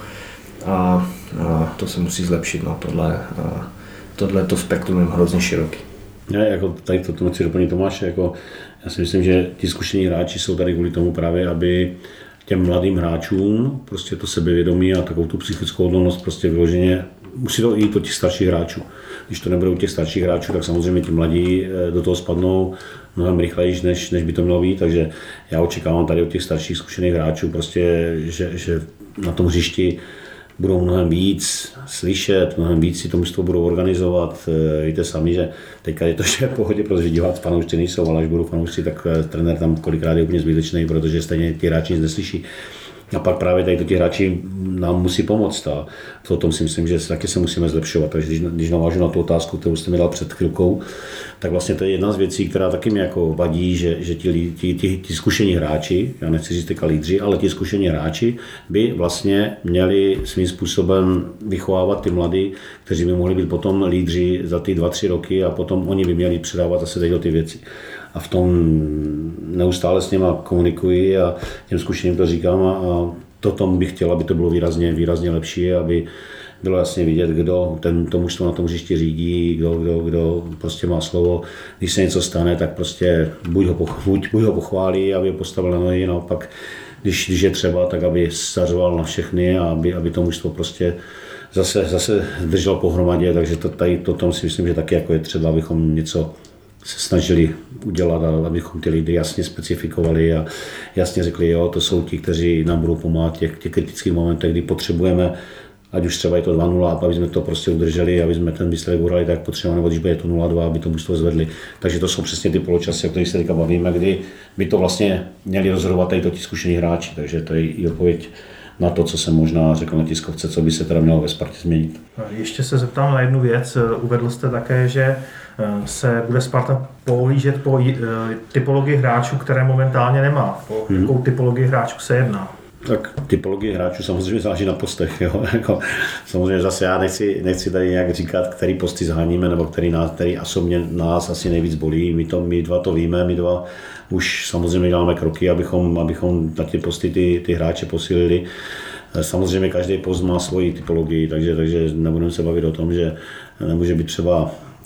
a, a to se musí zlepšit. No, tohle, a, tohle to spektrum je hrozně široký. Já, jako tady to, to chci doplnit Tomáše, jako, já si myslím, že ti zkušení hráči jsou tady kvůli tomu právě, aby těm mladým hráčům prostě to sebevědomí a takovou tu psychickou odolnost prostě vyloženě musí to jít od těch starších hráčů. Když to nebude u těch starších hráčů, tak samozřejmě ti mladí do toho spadnou mnohem rychleji, než, než by to mělo být, takže já očekávám tady od těch starších zkušených hráčů prostě, že, že na tom hřišti budou mnohem víc slyšet, mnohem víc si to mužstvo budou organizovat. Víte sami, že teďka je to vše v pohodě, protože diváci fanoušci nejsou, ale až budou fanoušci, tak trenér tam kolikrát je úplně zbytečný, protože stejně ty hráči nic neslyší. A pak právě tady to ti hráči nám musí pomoct a to o tom si myslím, že taky se musíme zlepšovat. Takže když, když navážu na tu otázku, kterou jste mi dal před chvilkou, tak vlastně to je jedna z věcí, která taky mě jako vadí, že, že ti, ti, ti, ti zkušení hráči, já nechci říct teďka lídři, ale ti zkušení hráči by vlastně měli svým způsobem vychovávat ty mladí, kteří by mohli být potom lídři za ty dva, tři roky a potom oni by měli předávat zase tady ty věci. A v tom neustále s něma komunikuji a těm zkušeným to říkám a, a to tom bych chtěl, aby to bylo výrazně, výrazně lepší, aby bylo jasně vidět, kdo ten, to mužstvo na tom hřišti řídí, kdo, kdo, kdo prostě má slovo. Když se něco stane, tak prostě buď ho, buď, buď ho pochválí, aby ho postavil na nohy, naopak, když, když je třeba, tak aby zařoval na všechny a aby, aby to mužstvo prostě zase, zase drželo pohromadě, takže to, tady to tom si myslím, že taky jako je třeba, abychom něco se snažili udělat, abychom ty lidi jasně specifikovali a jasně řekli, jo, to jsou ti, kteří nám budou pomáhat v těch, těch kritických momentech, kdy potřebujeme, ať už třeba je to dva nula, aby jsme to prostě udrželi, aby jsme ten výsledek uhrali tak potřebujeme, nebo když bude to nula dva, aby to mužstvo zvedli. Takže to jsou přesně ty poločasy, o kterých se teďka bavíme, kdy by to vlastně měli rozhodovat tady to ti zkušení hráči, takže to je i odpověď na to, co jsem možná řekl na tiskovce, co by se teda mělo ve Spartě změnit. Ještě se zeptám na jednu věc. Uvedl jste také, že se bude Sparta pohlížet po typologii hráčů, které momentálně nemá. Po hmm. jakou typologii hráčů se jedná? Tak typologie hráčů samozřejmě záleží na postech. Jo? Jako, samozřejmě zase já nechci, nechci tady nějak říkat, který posty zháníme, nebo který, nás, který osobně nás asi nejvíc bolí. My, to, my dva to víme, my dva už samozřejmě děláme kroky, abychom, abychom na ty posty ty, ty hráče posílili. Samozřejmě každý post má svoji typologii, takže, takže nebudeme se bavit o tom, že nemůže být třeba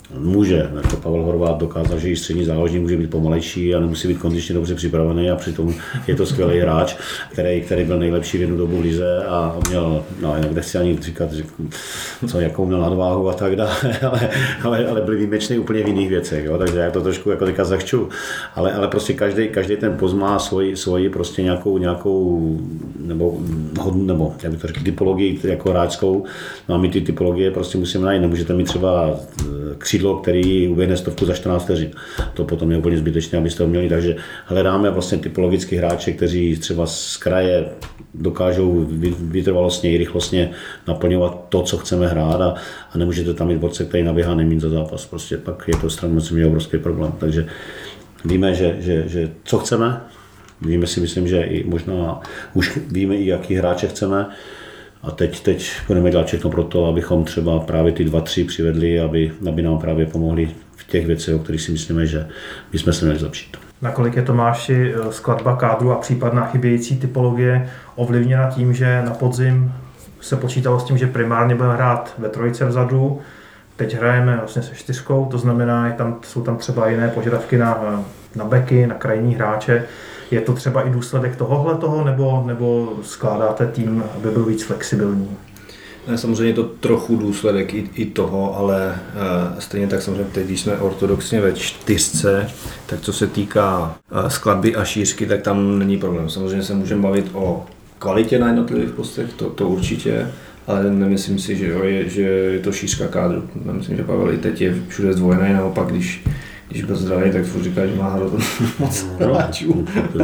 Může, jako Pavel Horváth dokázal, že i střední záložník může být pomalejší a nemusí být kondičně dobře připravený a přitom je to skvělý hráč, který, který byl nejlepší v jednu dobu v lize a měl, no jinak nechci ani říkat, že, co, jakou měl nadváhu a tak dále, ale, ale, ale byl výjimečný úplně v jiných věcech, jo, takže já to trošku jako teďka zachču, ale, ale prostě každý, každý ten post má svoji, svoji prostě nějakou, nějakou nebo hodnu, nebo jak bych to řekl, typologii jako hráčskou, no a my ty typologie prostě musíme najít, nemůžete mít třeba křídlo, který uběhne stovku za čtrnáct vteřin. To potom je úplně zbytečné, abyste ho měli, takže hledáme vlastně typologicky hráče, kteří třeba z kraje dokážou vytrvalostně i rychlostně naplňovat to, co chceme hrát a, a nemůžete tam mít borce, který naběhá nejméně za zápas. Prostě pak je to stranou mě obrovský problém. Takže víme, že, že, že co chceme, víme si, myslím, že i možná už víme i jaký hráče chceme. A teď, teď budeme dělat všechno pro to, abychom třeba právě ty dva, tři přivedli, aby, aby nám právě pomohli v těch věcech, o kterých si myslíme, že bychom se měli zlepšit. Nakolik je, Tomáši, skladba kádru a případná chybějící typologie ovlivněna tím, že na podzim se počítalo s tím, že primárně budeme hrát ve trojice vzadu, teď hrajeme vlastně se čtyřkou, to znamená, že tam, jsou tam třeba jiné požadavky na, na beky, na krajní hráče. Je to třeba i důsledek tohohle toho, nebo, nebo skládáte tým, aby byl víc flexibilní? Samozřejmě je to trochu důsledek i, i toho, ale uh, stejně tak samozřejmě teď, když jsme ortodoxně ve čtyřce, tak co se týká uh, skladby a šířky, tak tam není problém. Samozřejmě se můžeme bavit o kvalitě na jednotlivých postech, to, to určitě, ale nemyslím si, že, jo, je, že je to šířka kádru. Myslím, že Pavel i teď je všude zdvojený, naopak když Když byl zdravý, tak furt říká, že má hrát moc hráčů.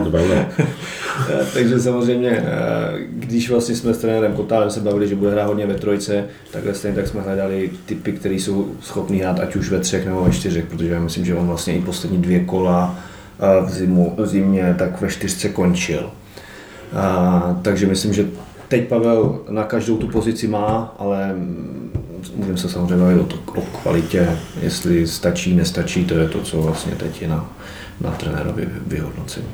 Takže samozřejmě, když vlastně jsme s trenérem Kotálem se bavili, že bude hrát hodně ve trojce, takhle stejně tak jsme hledali typy, které jsou schopný hrát ať už ve třech nebo ve čtyřech, protože já myslím, že on vlastně i poslední dvě kola v, zimu, v zimě tak ve čtyřce končil. A, takže myslím, že teď Pavel na každou tu pozici má, ale můžeme se samozřejmě bavit o, to, o kvalitě, jestli stačí, nestačí, to je to, co vlastně teď je na, na trenérovi vyhodnocení.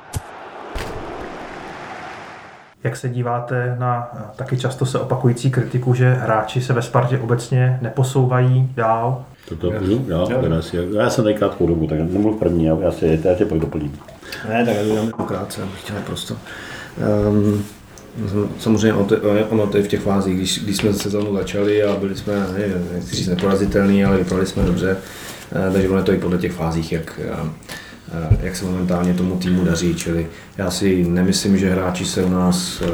Jak se díváte na taky často se opakující kritiku, že hráči se ve Spartě obecně neposouvají dál? Toto můžu? Já, já, já jsem tady krátkou dobu, tak nemluv první, já, já, si, já tě pak doplním. Ne, tak já dám krátce, abych chtěl prostě. Um, Samozřejmě ono to je v těch fázích, když, když jsme sezónu začali a byli jsme, nechci říct neporazitelní, ale vypadali jsme dobře, takže ono je to i podle těch fázích, jak, jak se momentálně tomu týmu daří, čili já si nemyslím, že hráči se u nás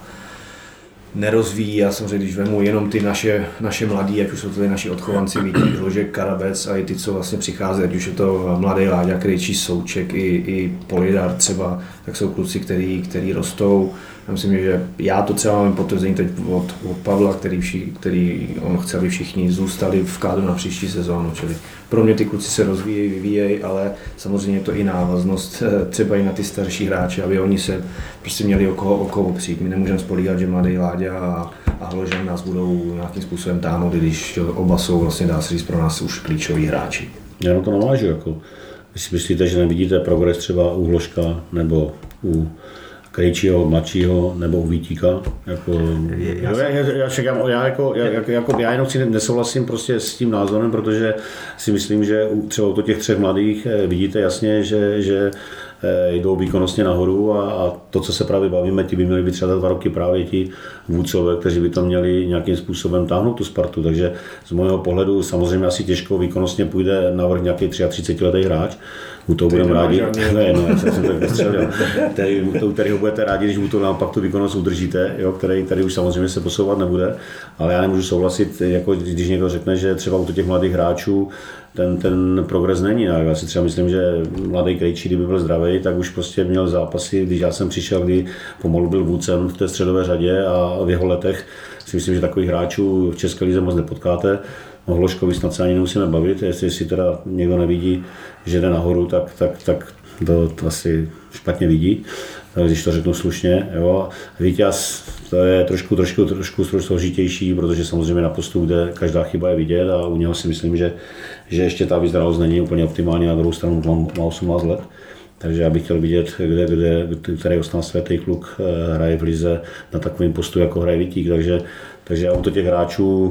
nerozvíjí. Já samozřejmě, když vemu jenom ty naše, naše mladí, ať už jsou to ty naši odchovanci, Vítek, Hložek, Karabec a i ty, co vlastně přichází, ať už je to mladý Láďa, Krejčí, Souček i, i Polidar třeba, tak jsou kluci, který, který rostou. Já myslím, že já to třeba mám potvrzení teď od, od Pavla, který, vši, který on chce, aby všichni zůstali v kádru na příští sezónu. Čili pro mě ty kluci se rozvíjejí, vyvíjejí, ale samozřejmě je to i návaznost třeba i na ty starší hráče, aby oni se prostě měli o koho, o koho opřít. My nemůžeme spolíhat, že mladý Láďa a, a Hložen nás budou nějakým způsobem táhnout, když oba jsou vlastně, dá se říct, pro nás už klíčoví hráči. Já na to navážu. Jako. Vy si myslíte, že nevidíte progres třeba u Hložka nebo u Krejčího, mladšího nebo u Vítíka. Jako, já, já, já, čekám, já, jako, já, jako, já jenom si nesouhlasím prostě s tím názorem, protože si myslím, že třeba u těch třech mladých vidíte jasně, že, že jdou výkonnostně nahoru a, a to, co se právě bavíme, ti by měli být třeba za dva roky právě ti vůdcové, kteří by to měli nějakým způsobem táhnout tu Spartu. Takže z mého pohledu samozřejmě asi těžko výkonnostně půjde navrch nějaký třiatřicetiletý hráč. U toho budeme rádi, ne, no, já jsem tak vystřelil, který, který ho budete rádi, když mu to naopak tu výkonnost udržíte, jo, který tady už samozřejmě se posouvat nebude, ale já nemůžu souhlasit, jako když někdo řekne, že třeba u těch mladých hráčů ten, ten progres není. Já si třeba myslím, že mladý Krejčí, kdyby byl zdravý, tak už prostě měl zápasy, když já jsem přišel, kdy pomalu byl vůdcem v té středové řadě a v jeho letech si myslím, že takových hráčů v České lize moc nepotkáte. O Hložkovi snad se ani nemusíme bavit, jestli si teda někdo nevidí, že jde nahoru, tak, tak, tak to, to asi špatně vidí, když to řeknu slušně. Jo. Vítěz, to je trošku, trošku, trošku složitější, protože samozřejmě na postu, kde každá chyba je vidět a u něho si myslím, že, že ještě ta vyzralost není úplně optimální, na druhou stranu má osmnáct let. Takže já bych chtěl vidět, kde, kde, který osmnáctiletý kluk hraje v lize na takovém postu, jako hraje Vítík. Takže, takže já u těch hráčů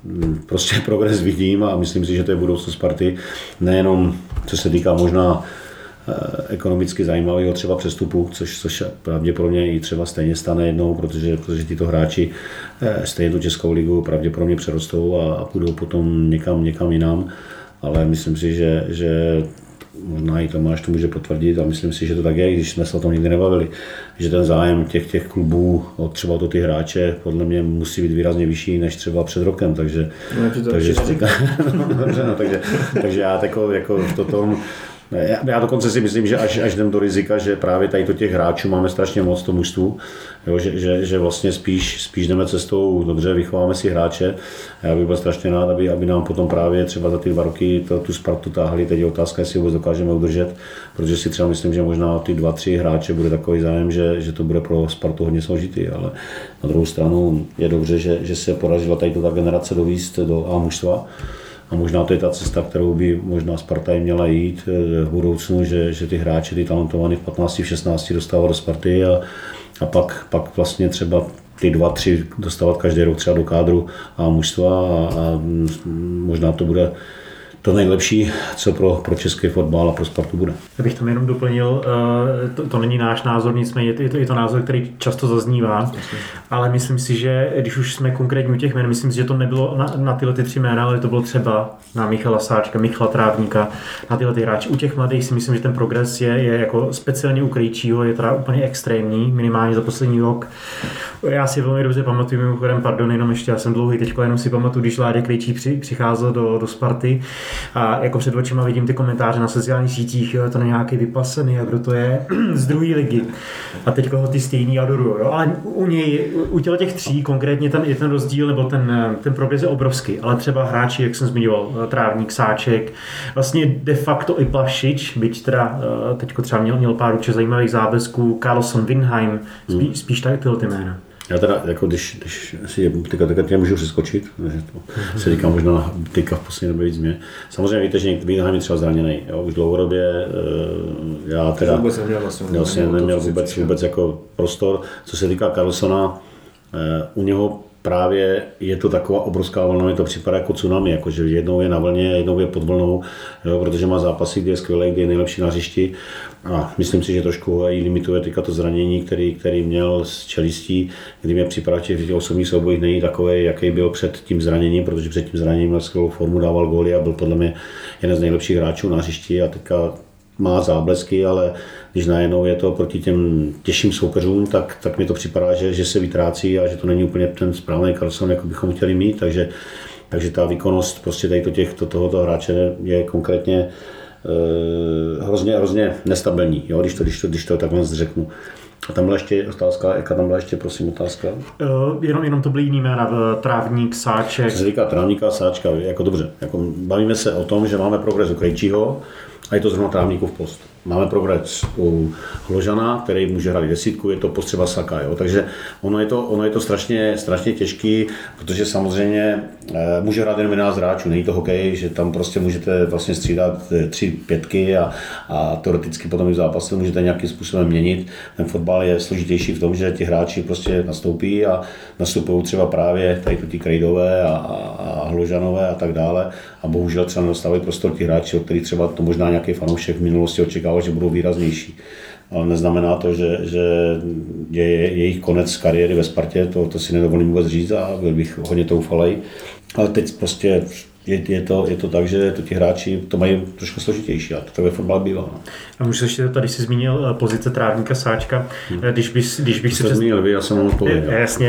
prostě progres vidím a myslím si, že to je budoucnost Sparty. Nejenom co se týká možná ekonomicky zajímavého třeba přestupu, což, což pravděpodobně i třeba stejně stane jednou, protože, protože tyto hráči stejně tu Českou ligu pravděpodobně přerostou a, a půjdou potom někam, někam jinam. Ale myslím si, že, že možná i Tomáš to může potvrdit a myslím si, že to tak je, když jsme se o tom nikdy nebavili, že ten zájem těch, těch klubů, třeba o ty hráče, podle mě musí být výrazně vyšší než třeba před rokem, takže, no, takže, no, takže, takže já jako, jako v tom Já, já dokonce si myslím, že až, až jdem do rizika, že právě tady těch hráčů máme strašně moc to mužstvu, jo, že, že, že vlastně spíš, spíš jdeme cestou, dobře, vychováme si hráče. Já bych byl strašně rád, aby, aby nám potom právě třeba za ty dva roky to, tu Spartu táhli. Teď je otázka, jestli vůbec dokážeme udržet, protože si třeba myslím, že možná ty dva, tři hráče bude takový zájem, že, že to bude pro Spartu hodně složitý, ale na druhou stranu je dobře, že, že se podařila tady ta generace dovízt do A mužstva. A možná to je ta cesta, kterou by možná Sparta i měla jít v budoucnu, že, že ty hráči, ty talentovaní v patnácti, v šestnácti dostávat do Sparty a, a pak, pak vlastně třeba ty dva, tři dostávat každý rok třeba do kádru a mužstva a, a možná to bude to nejlepší, co pro, pro český fotbal a pro Spartu bude. Já bych tam jenom doplnil, to, to není náš názor, nicméně je to, je to názor, který často zaznívá, ale myslím si, že když už jsme konkrétní u těch jmén, myslím si, že to nebylo na, na tyhle ty tři jména, ale to bylo třeba na Michala Sáčka, Michala Trávníka, na tyhle ty hráči. U těch mladých si myslím, že ten progres je, je jako speciálně u Krejčího, je teda úplně extrémní, minimálně za poslední rok. Já si velmi dobře pamatuju, mimochodem, pardon, jenom ještě, já jsem dlouhý, teďko jenom si pamatuju, když Láďa Krejčí při, přicházel do, do Sparty a jako před očima vidím ty komentáře na sociálních sítích, jo, to není nějaký vypasený, a kdo to je z druhé ligy. A teď ho ty stejný adorujou, jo. Ale u něj, u těch tří konkrétně ten, je ten rozdíl, nebo ten, ten progres je obrovský, ale třeba hráči, jak jsem zmiňoval, Trávník, Sáček, vlastně de facto i Plavšič, byť teda teďko třeba měl, měl pár určitě zajímavých záblesků, Carlson, Winheim, spí, spíš tady tyhle ty jména. Já teda, jako když, když si teďka, teďka tě můžu přeskočit, že to se říká možná teďka v poslední době víc mě. Samozřejmě víte, že Winheim je třeba zraněný, jo, už dlouhodobě, já teda vůbec neměl, vlastně, neměl, neměl vůbec, vůbec jako prostor. Co se týká Carlsona, u něho právě je to taková obrovská vlna, mi to připadá jako tsunami, jako že jednou je na vlně, jednou je pod vlnou, jo, protože má zápasy, kde je skvělý, kde je nejlepší na hřišti. A myslím si, že trošku i limituje teďka to zranění, který, který měl z čelistí, kdy mě připadá, že v těch osobních soubojích není takový, jaký byl před tím zraněním, protože před tím zraněním měl skvělou formu, dával góly a byl podle mě jeden z nejlepších hráčů na hřišti a teďka má záblesky, ale když najednou je to proti těm těžším soupeřům, tak, tak mi to připadá, že, že se vytrácí a že to není úplně ten správný Carlson, jako bychom chtěli mít, takže, takže ta výkonnost prostě tady to těch, to, tohoto hráče je konkrétně eh, hrozně, hrozně nestabilní, jo, když, to, když, to, když to takhle řeknu. A tam byla ještě otázka, jaká tam byla ještě, prosím, otázka? Uh, jenom, jenom to byly jiný jména, Trávník, Sáček. Co se týká Trávníka, Sáčka, jako dobře, jako bavíme se o tom, že máme progres u Krejčího a je to zrovna Trávníkův post. Máme progres u Hložana, který může hrát desítku, je to postřeba Saka, jo? Takže ono je to, ono je to strašně, strašně těžký, protože samozřejmě e, může hrát jen jedenáct hráčů, není to hokej, že tam prostě můžete vlastně střídat tři pětky a, a teoreticky potom i v zápase můžete nějakým způsobem měnit. Ten fotbal je složitější v tom, že ti hráči prostě nastoupí a nastupují třeba právě tady tu ty Krejdové a, a, a Hložanové a tak dále a bohužel třeba nedostávají prostor ti hráči, od kterých třeba to možná nějaký fanoušek v minulosti očekával, že budou výraznější. Ale neznamená to, že, že je jejich konec kariéry ve Spartě, to, to si nedovolím vůbec říct a byl bych hodně toufalej. Ale teď prostě je, je, to, je to tak, že to ti hráči to mají trošku složitější a to takhle fotbal bývá. No. A můžu ještě tady si zmínil pozice Trávníka, Sáčka, hmm. když, bys, když bych si... Jste zmínil vy, já jsem vám odpověděl. Jasně.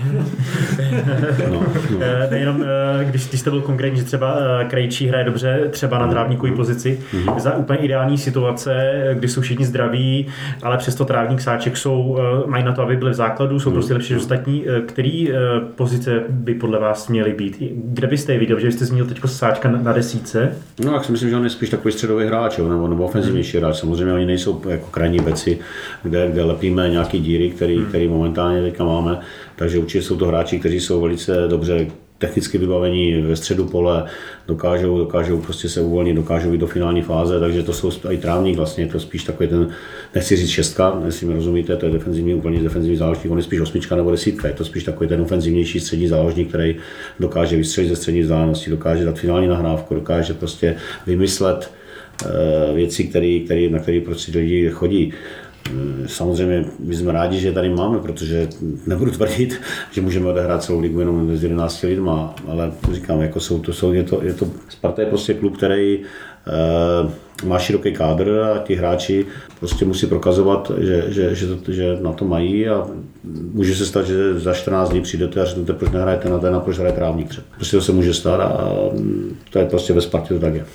no, no. Nejenom, když, když jste byl konkrétní, že třeba Krejčí hraje dobře, třeba na Trávníkové pozici, hmm. za úplně ideální situace, kdy jsou všichni zdraví, ale přesto Trávník, Sáček jsou, mají na to, aby byli v základu, jsou hmm. prostě lepší než ostatní. Který pozice by podle vás měly být? Kde byste je viděl, že byste zmínil teď Sáčka na, na desítce? No, jak si myslím, že on je spíš takový středový hráč, nebo, nebo ofenzivnější hráč. Samozřejmě oni nejsou jako krajní beci, kde, kde lepíme nějaký díry, který, hmm. který momentálně teďka máme. Takže určitě jsou to hráči, kteří jsou velice dobře technicky vybavení ve středu pole, dokážou, dokážou prostě se uvolnit, dokážou jít do finální fáze, takže to jsou i trávník vlastně, je to spíš takový ten, nechci říct šestka, jestli mi rozumíte, to je defenzivní, úplně defenzivní záložník, on je spíš osmička nebo desítka, je to spíš takový ten ofenzivnější střední záložník, který dokáže vystřelit ze střední vzdálenosti, dokáže dát finální nahrávku, dokáže prostě vymyslet uh, věci, který, který, na které prostě lidi chodí. Samozřejmě my jsme rádi, že je tady máme, protože nebudu tvrdit, že můžeme odehrát celou ligu jenom s jedenácti lidma, ale říkám, jako jsou to, jsou, je to, je to, Sparta je prostě klub, který e, má široký kádr a ti hráči prostě musí prokazovat, že, že, že, to, že na to mají a může se stát, že za čtrnáct dní přijdete a řeknete, proč nehrajete na ten a proč hraje trávník třeba. Prostě to se může stát a to je prostě ve Spartě to tak je.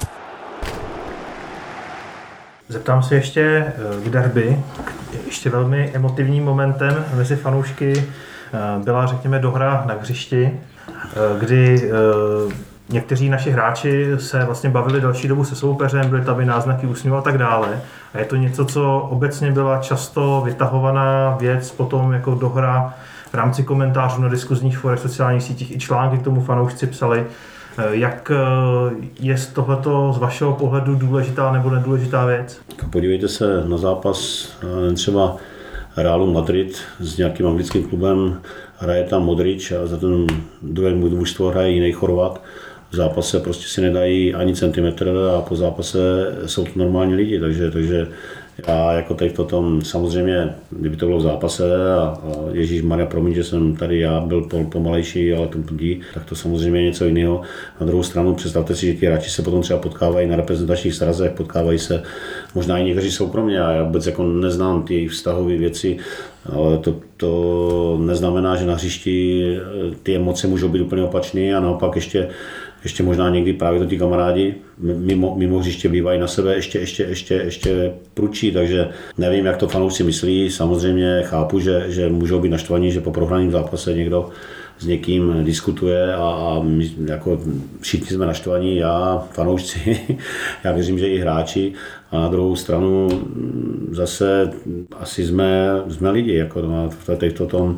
Zeptám se ještě k derby. Ještě velmi emotivním momentem mezi fanoušky byla, řekněme, dohra na hřišti, kdy někteří naši hráči se vlastně bavili další dobu se soupeřem, byly tam i náznaky úsměvu a tak dále. A je to něco, co obecně byla často vytahovaná věc potom jako dohra v rámci komentářů na diskuzních forech, sociálních sítích, i články k tomu fanoušci psali. Jak je z tohleto z vašeho pohledu důležitá nebo nedůležitá věc? Podívejte se na zápas třeba Realu Madrid s nějakým anglickým klubem, hraje tam Modrič a za ten druhé mužstvo hraje jiný Chorvat. V zápase prostě si nedají ani centimetr a po zápase jsou to normální lidi, takže, takže já jako teď to tom, samozřejmě, kdyby to bylo v zápase a, a ježíšmarja, promiň, že jsem tady já byl pomalejší, ale to dí, tak to samozřejmě je něco jiného. Na druhou stranu představte si, že ti hráči se potom třeba potkávají na reprezentačních srazech, potkávají se možná i někteří soukromně a já vůbec jako neznám ty vztahové věci, ale to, to neznamená, že na hřišti ty emoce můžou být úplně opačné a naopak ještě Ještě možná někdy právě to ti kamarádi mimo, mimo hřiště bývají na sebe ještě, ještě, ještě, ještě pručí, takže nevím, jak to fanoušci myslí. Samozřejmě chápu, že, že můžou být naštvaní, že po prohraném zápase někdo s někým diskutuje a, a my, jako všichni jsme naštvaní, já, fanoušci, já věřím, že i hráči. A na druhou stranu zase asi jsme, jsme lidi, jako v to tom,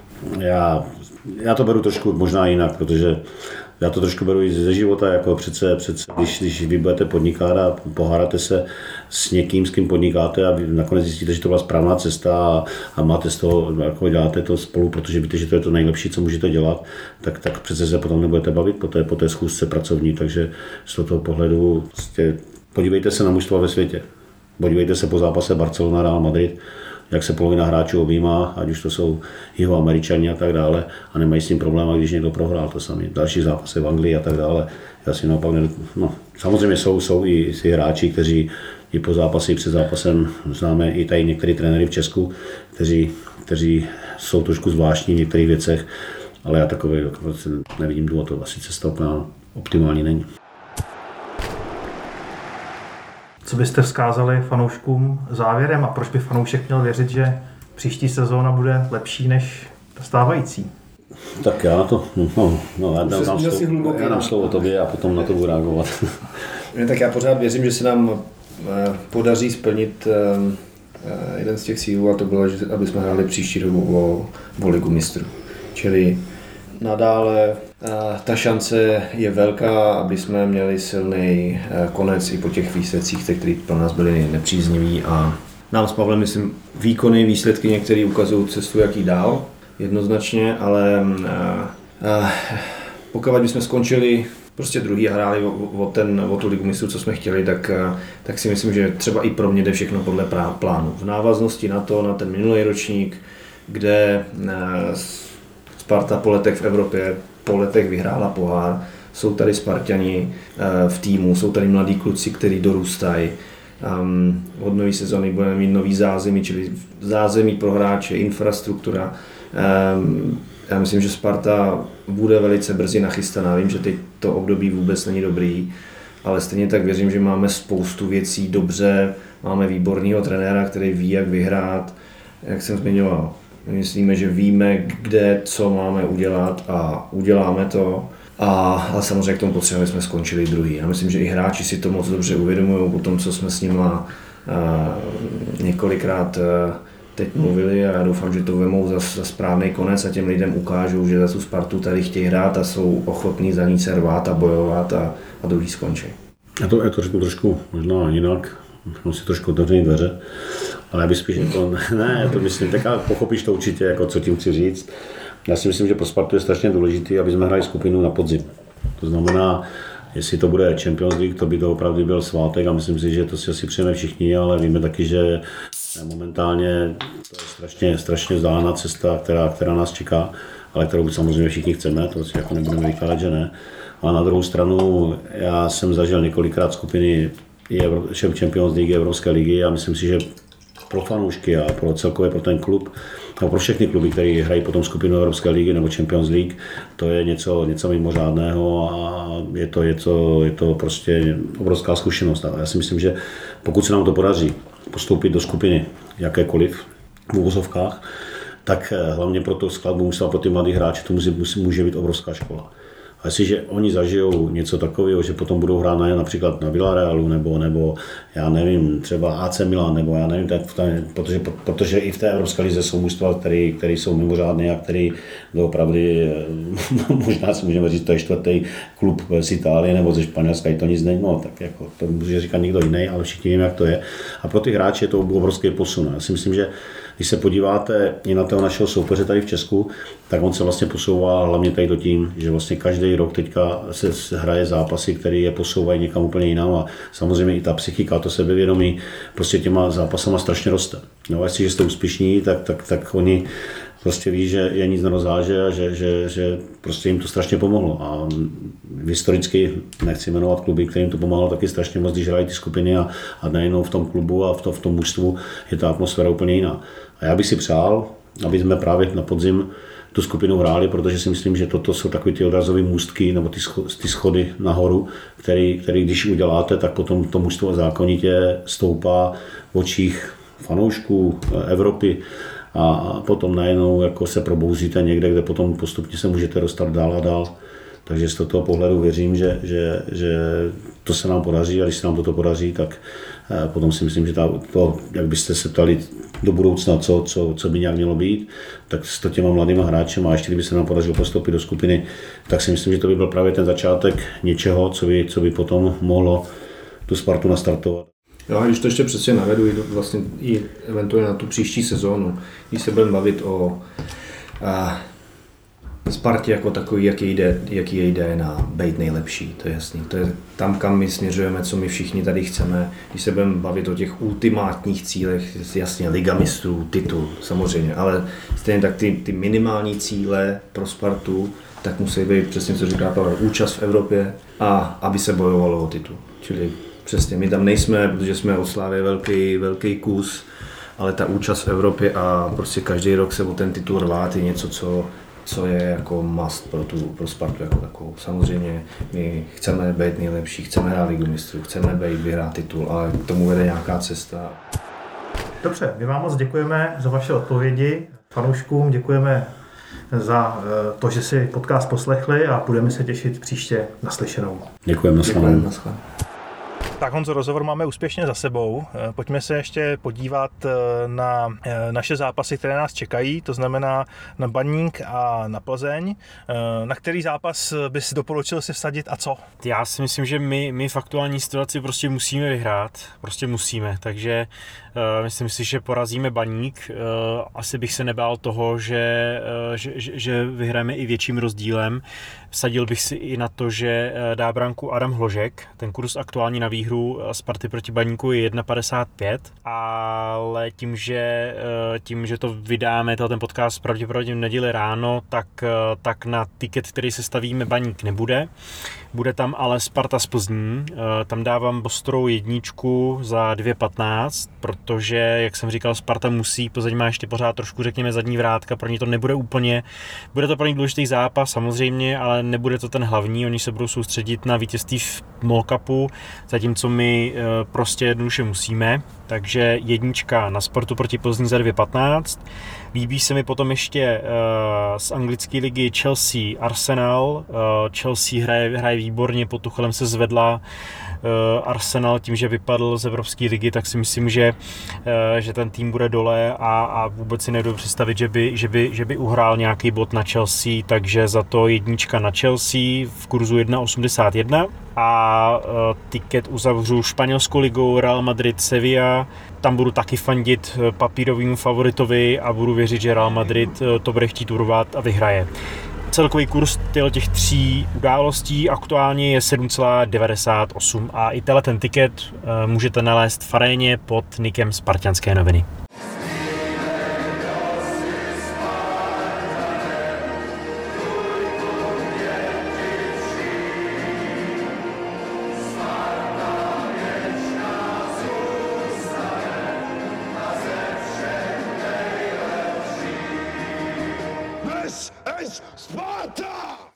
já, já to beru trošku možná jinak, protože já to trošku beru i ze života, jako přece, přece když, když vy budete podnikat a pohádáte se s někým, s kým podnikáte a vy nakonec zjistíte, že to byla správná cesta a, a máte z toho, jako děláte to spolu, protože víte, že to je to nejlepší, co můžete dělat, tak, tak přece se potom nebudete bavit po té, po té schůzce pracovní, takže z toho pohledu prostě, podívejte se na mužstva ve světě. Podívejte se po zápase Barcelona, Real Madrid, jak se polovina hráčů objímá, ať už to jsou Jihoameričani a tak dále, a nemají s tím problém, když někdo prohrál to samý. Další zápasy v Anglii a tak dále. Já si naopak ne... no, samozřejmě jsou, jsou i si hráči, kteří i po zápasy, před zápasem, známe i tady některé trenéry v Česku, kteří, kteří jsou trošku zvláštní v některých věcech, ale já takový nevidím důvod, to asi cesta úplně optimální není. Co byste vzkázali fanouškům závěrem a proč by fanoušek měl věřit, že příští sezóna bude lepší než ta stávající? Tak já to, no, no já dám, dám slovo, já dám slovo tobě a potom na to budu reagovat. Tak já pořád věřím, že se nám podaří splnit jeden z těch cílů, a to bylo, že aby jsme hráli příští dobu o, o ligu mistrů. Čili nadále ta šance je velká, aby jsme měli silný konec i po těch výsledcích, které pro nás byly nepříznivý, a nám s Pavlem, myslím, výkony, výsledky některé ukazují cestu, jak jít dál, jednoznačně, ale pokud bychom skončili prostě druhý a hráli o, o, ten, o tu ligu mistrů, co jsme chtěli, tak, tak si myslím, že třeba i pro mě jde všechno podle plánu. V návaznosti na to, na ten minulý ročník, kde Sparta po letech v Evropě, po letech vyhrála pohár, jsou tady Sparťani v týmu, jsou tady mladí kluci, kteří dorůstají. Um, od nové sezony budeme mít nový zázemí, čili zázemí pro hráče, infrastruktura. Um, já myslím, že Sparta bude velice brzy nachystaná. Vím, že teď to období vůbec není dobrý, ale stejně tak věřím, že máme spoustu věcí dobře, máme výborného trenéra, který ví, jak vyhrát, jak jsem zmiňoval. Myslíme, že víme, kde, co máme udělat, a uděláme to. A, a samozřejmě k tomu potřebujeme, jsme skončili druhý. Já myslím, že i hráči si to moc dobře uvědomují po tom, co jsme s nimi uh, několikrát uh, teď mluvili a já doufám, že to vemou za, za správný konec a těm lidem ukážou, že za tu Spartu tady chtějí hrát a jsou ochotní za ní se rvát a bojovat a, a druhý skončí. Já to, já to řeknu trošku možná jinak, mám si trošku otevřený dveře, ale já bych spíš jako, ne, to myslím, tak ale pochopíš to určitě, jako co tím chci říct. Já si myslím, že pro Spartu je strašně důležité, aby jsme hráli skupinu na podzim. To znamená, jestli to bude Champions League, to by to opravdu byl svátek a myslím si, že to si asi přejeme všichni, ale víme taky, že momentálně to je strašně, strašně vzdálená cesta, která, která nás čeká, ale kterou samozřejmě všichni chceme, to si jako nebudeme vykládat, že ne. A na druhou stranu, já jsem zažil několikrát skupiny i Champions League, Evropské ligy a myslím si, že pro fanoušky a pro celkově pro ten klub, nebo pro všechny kluby, které hrají potom skupinu Evropské ligy nebo Champions League, to je něco, něco mimořádného a je to, je, to, je to prostě obrovská zkušenost. A já si myslím, že pokud se nám to podaří postoupit do skupiny jakékoliv v uvozovkách, tak hlavně pro tu skladbu musela pro ty mladý hráči to musí, musí, může být obrovská škola. A jestliže oni zažijou něco takového, že potom budou hrát na, například na Villarealu, nebo, nebo já nevím, třeba A C Milan, nebo já nevím, tak, protože, protože i v té Evropské lize jsou mužstva, které, které jsou mimořádné a které opravdu, možná si můžeme říct, to je čtvrtý klub z Itálie nebo ze Španělska, i to nic není, no, tak jako, to může říkat někdo jiný, ale všichni víme, jak to je. A pro ty hráče je to obrovský posun. Já si myslím, že když se podíváte i na toho našeho soupeře tady v Česku, tak on se vlastně posouvá hlavně tady do tím, že vlastně každý rok teďka se hraje zápasy, které je posouvají někam úplně jinam a samozřejmě i ta psychika, to sebevědomí prostě těma zápasama strašně roste. No a jestliže jste úspěšní, tak, tak, tak oni prostě ví, že je nic nerozháže a že, že, že prostě jim to strašně pomohlo. A historicky nechci jmenovat kluby, kterým to pomáhalo taky strašně moc, když hrají ty skupiny a, a nejenom v tom klubu a v, to, v tom mužstvu je ta atmosféra úplně jiná. A já bych si přál, aby jsme právě na podzim tu skupinu hráli, protože si myslím, že toto jsou takový ty odrazové můstky nebo ty, scho, ty schody nahoru, který, který když uděláte, tak potom to mužstvo zákonitě stoupá v očích fanoušků Evropy a potom najednou jako se probouzíte někde, kde potom postupně se můžete dostat dál a dál. Takže z toho pohledu věřím, že, že, že to se nám podaří a když se nám toto podaří, tak potom si myslím, že ta, to, jak byste se ptali do budoucna, co, co, co by nějak mělo být, tak s to těma mladýma hráčem a ještě kdyby se nám podařilo postoupit do skupiny, tak si myslím, že to by byl právě ten začátek něčeho, co by, co by potom mohlo tu Spartu nastartovat. Jo, a když to ještě přesně navedu i, vlastně, i eventuálně na tu příští sezónu, když se budeme bavit o a, Spartě jako takový, jaký, jde, jaký je jde na být nejlepší, to je jasný. To je tam, kam my směřujeme, co my všichni tady chceme. Když se budeme bavit o těch ultimátních cílech, jasně Liga mistrů, titul, samozřejmě, ale stejně tak ty, ty minimální cíle pro Spartu, tak musí být přesně, co říká Pavel, účast v Evropě a aby se bojovalo o titul. Čili přesně, my tam nejsme, protože jsme od Slávy velký, velký kus, ale ta účast v Evropě a prostě každý rok se o ten titul rvát je něco, co co je jako must pro, tu, pro Spartu jako takovou. Samozřejmě my chceme být nejlepší, chceme hrát Ligu mistrů, chceme být vyhrát titul, ale k tomu vede nějaká cesta. Dobře, my vám moc děkujeme za vaše odpovědi. Fanouškům děkujeme za to, že si podcast poslechli a budeme se těšit příště naslyšenou. Děkujeme, Děkujeme. Tak Honzo, rozhovor máme úspěšně za sebou. Pojďme se ještě podívat na naše zápasy, které nás čekají, to znamená na Baník a na Plzeň. Na který zápas bys doporučil si vsadit a co? Já si myslím, že my, my v aktuální situaci prostě musíme vyhrát, prostě musíme, takže uh, myslím si, že porazíme Baník. Uh, asi bych se nebál toho, že, uh, že, že vyhrajeme i větším rozdílem. Vsadil bych si i na to, že dá branku Adam Hložek, ten kurz aktuální na výhru Sparty proti Baníku je jedna padesát pět, ale tím, že, tím, že to vydáme, ten podcast pravděpodobně v neděli ráno, tak, tak na tiket, který se stavíme, Baník nebude. Bude tam ale Sparta z Plzní, tam dávám Bostrou jedničku za dvě patnáct, protože, jak jsem říkal, Sparta musí, Plzeň má ještě pořád trošku, řekněme, zadní vrátka, pro ně to nebude úplně, bude to pro ně důležitý zápas samozřejmě, ale nebude to ten hlavní, oni se budou soustředit na vítězství v Mall Cupu, zatímco my prostě jednoduše musíme. Takže jednička na Spartu proti Plzni za dvě patnáct. Líbí se mi potom ještě z anglické ligy Chelsea, Arsenal. Chelsea hraje, hraje výborně, pod Tuchelem se zvedla. Arsenal tím, že vypadl z Evropské ligy, tak si myslím, že, že ten tým bude dole a, a vůbec si nedovedu představit, že by, že, by, že by uhrál nějaký bod na Chelsea, takže za to jednička na Chelsea v kurzu jedna osmdesát jedna a tiket uzavřu španělskou ligou Real Madrid Sevilla. Tam budu taky fandit papírovému favoritovi a budu věřit, že Real Madrid to bude chtít urvat a vyhraje. Celkový kurz těch tří událostí aktuálně je sedm celá devadesát osm a i tenhle ten tiket můžete nalézt v aréně pod nikem Spartanské noviny. This is Sparta!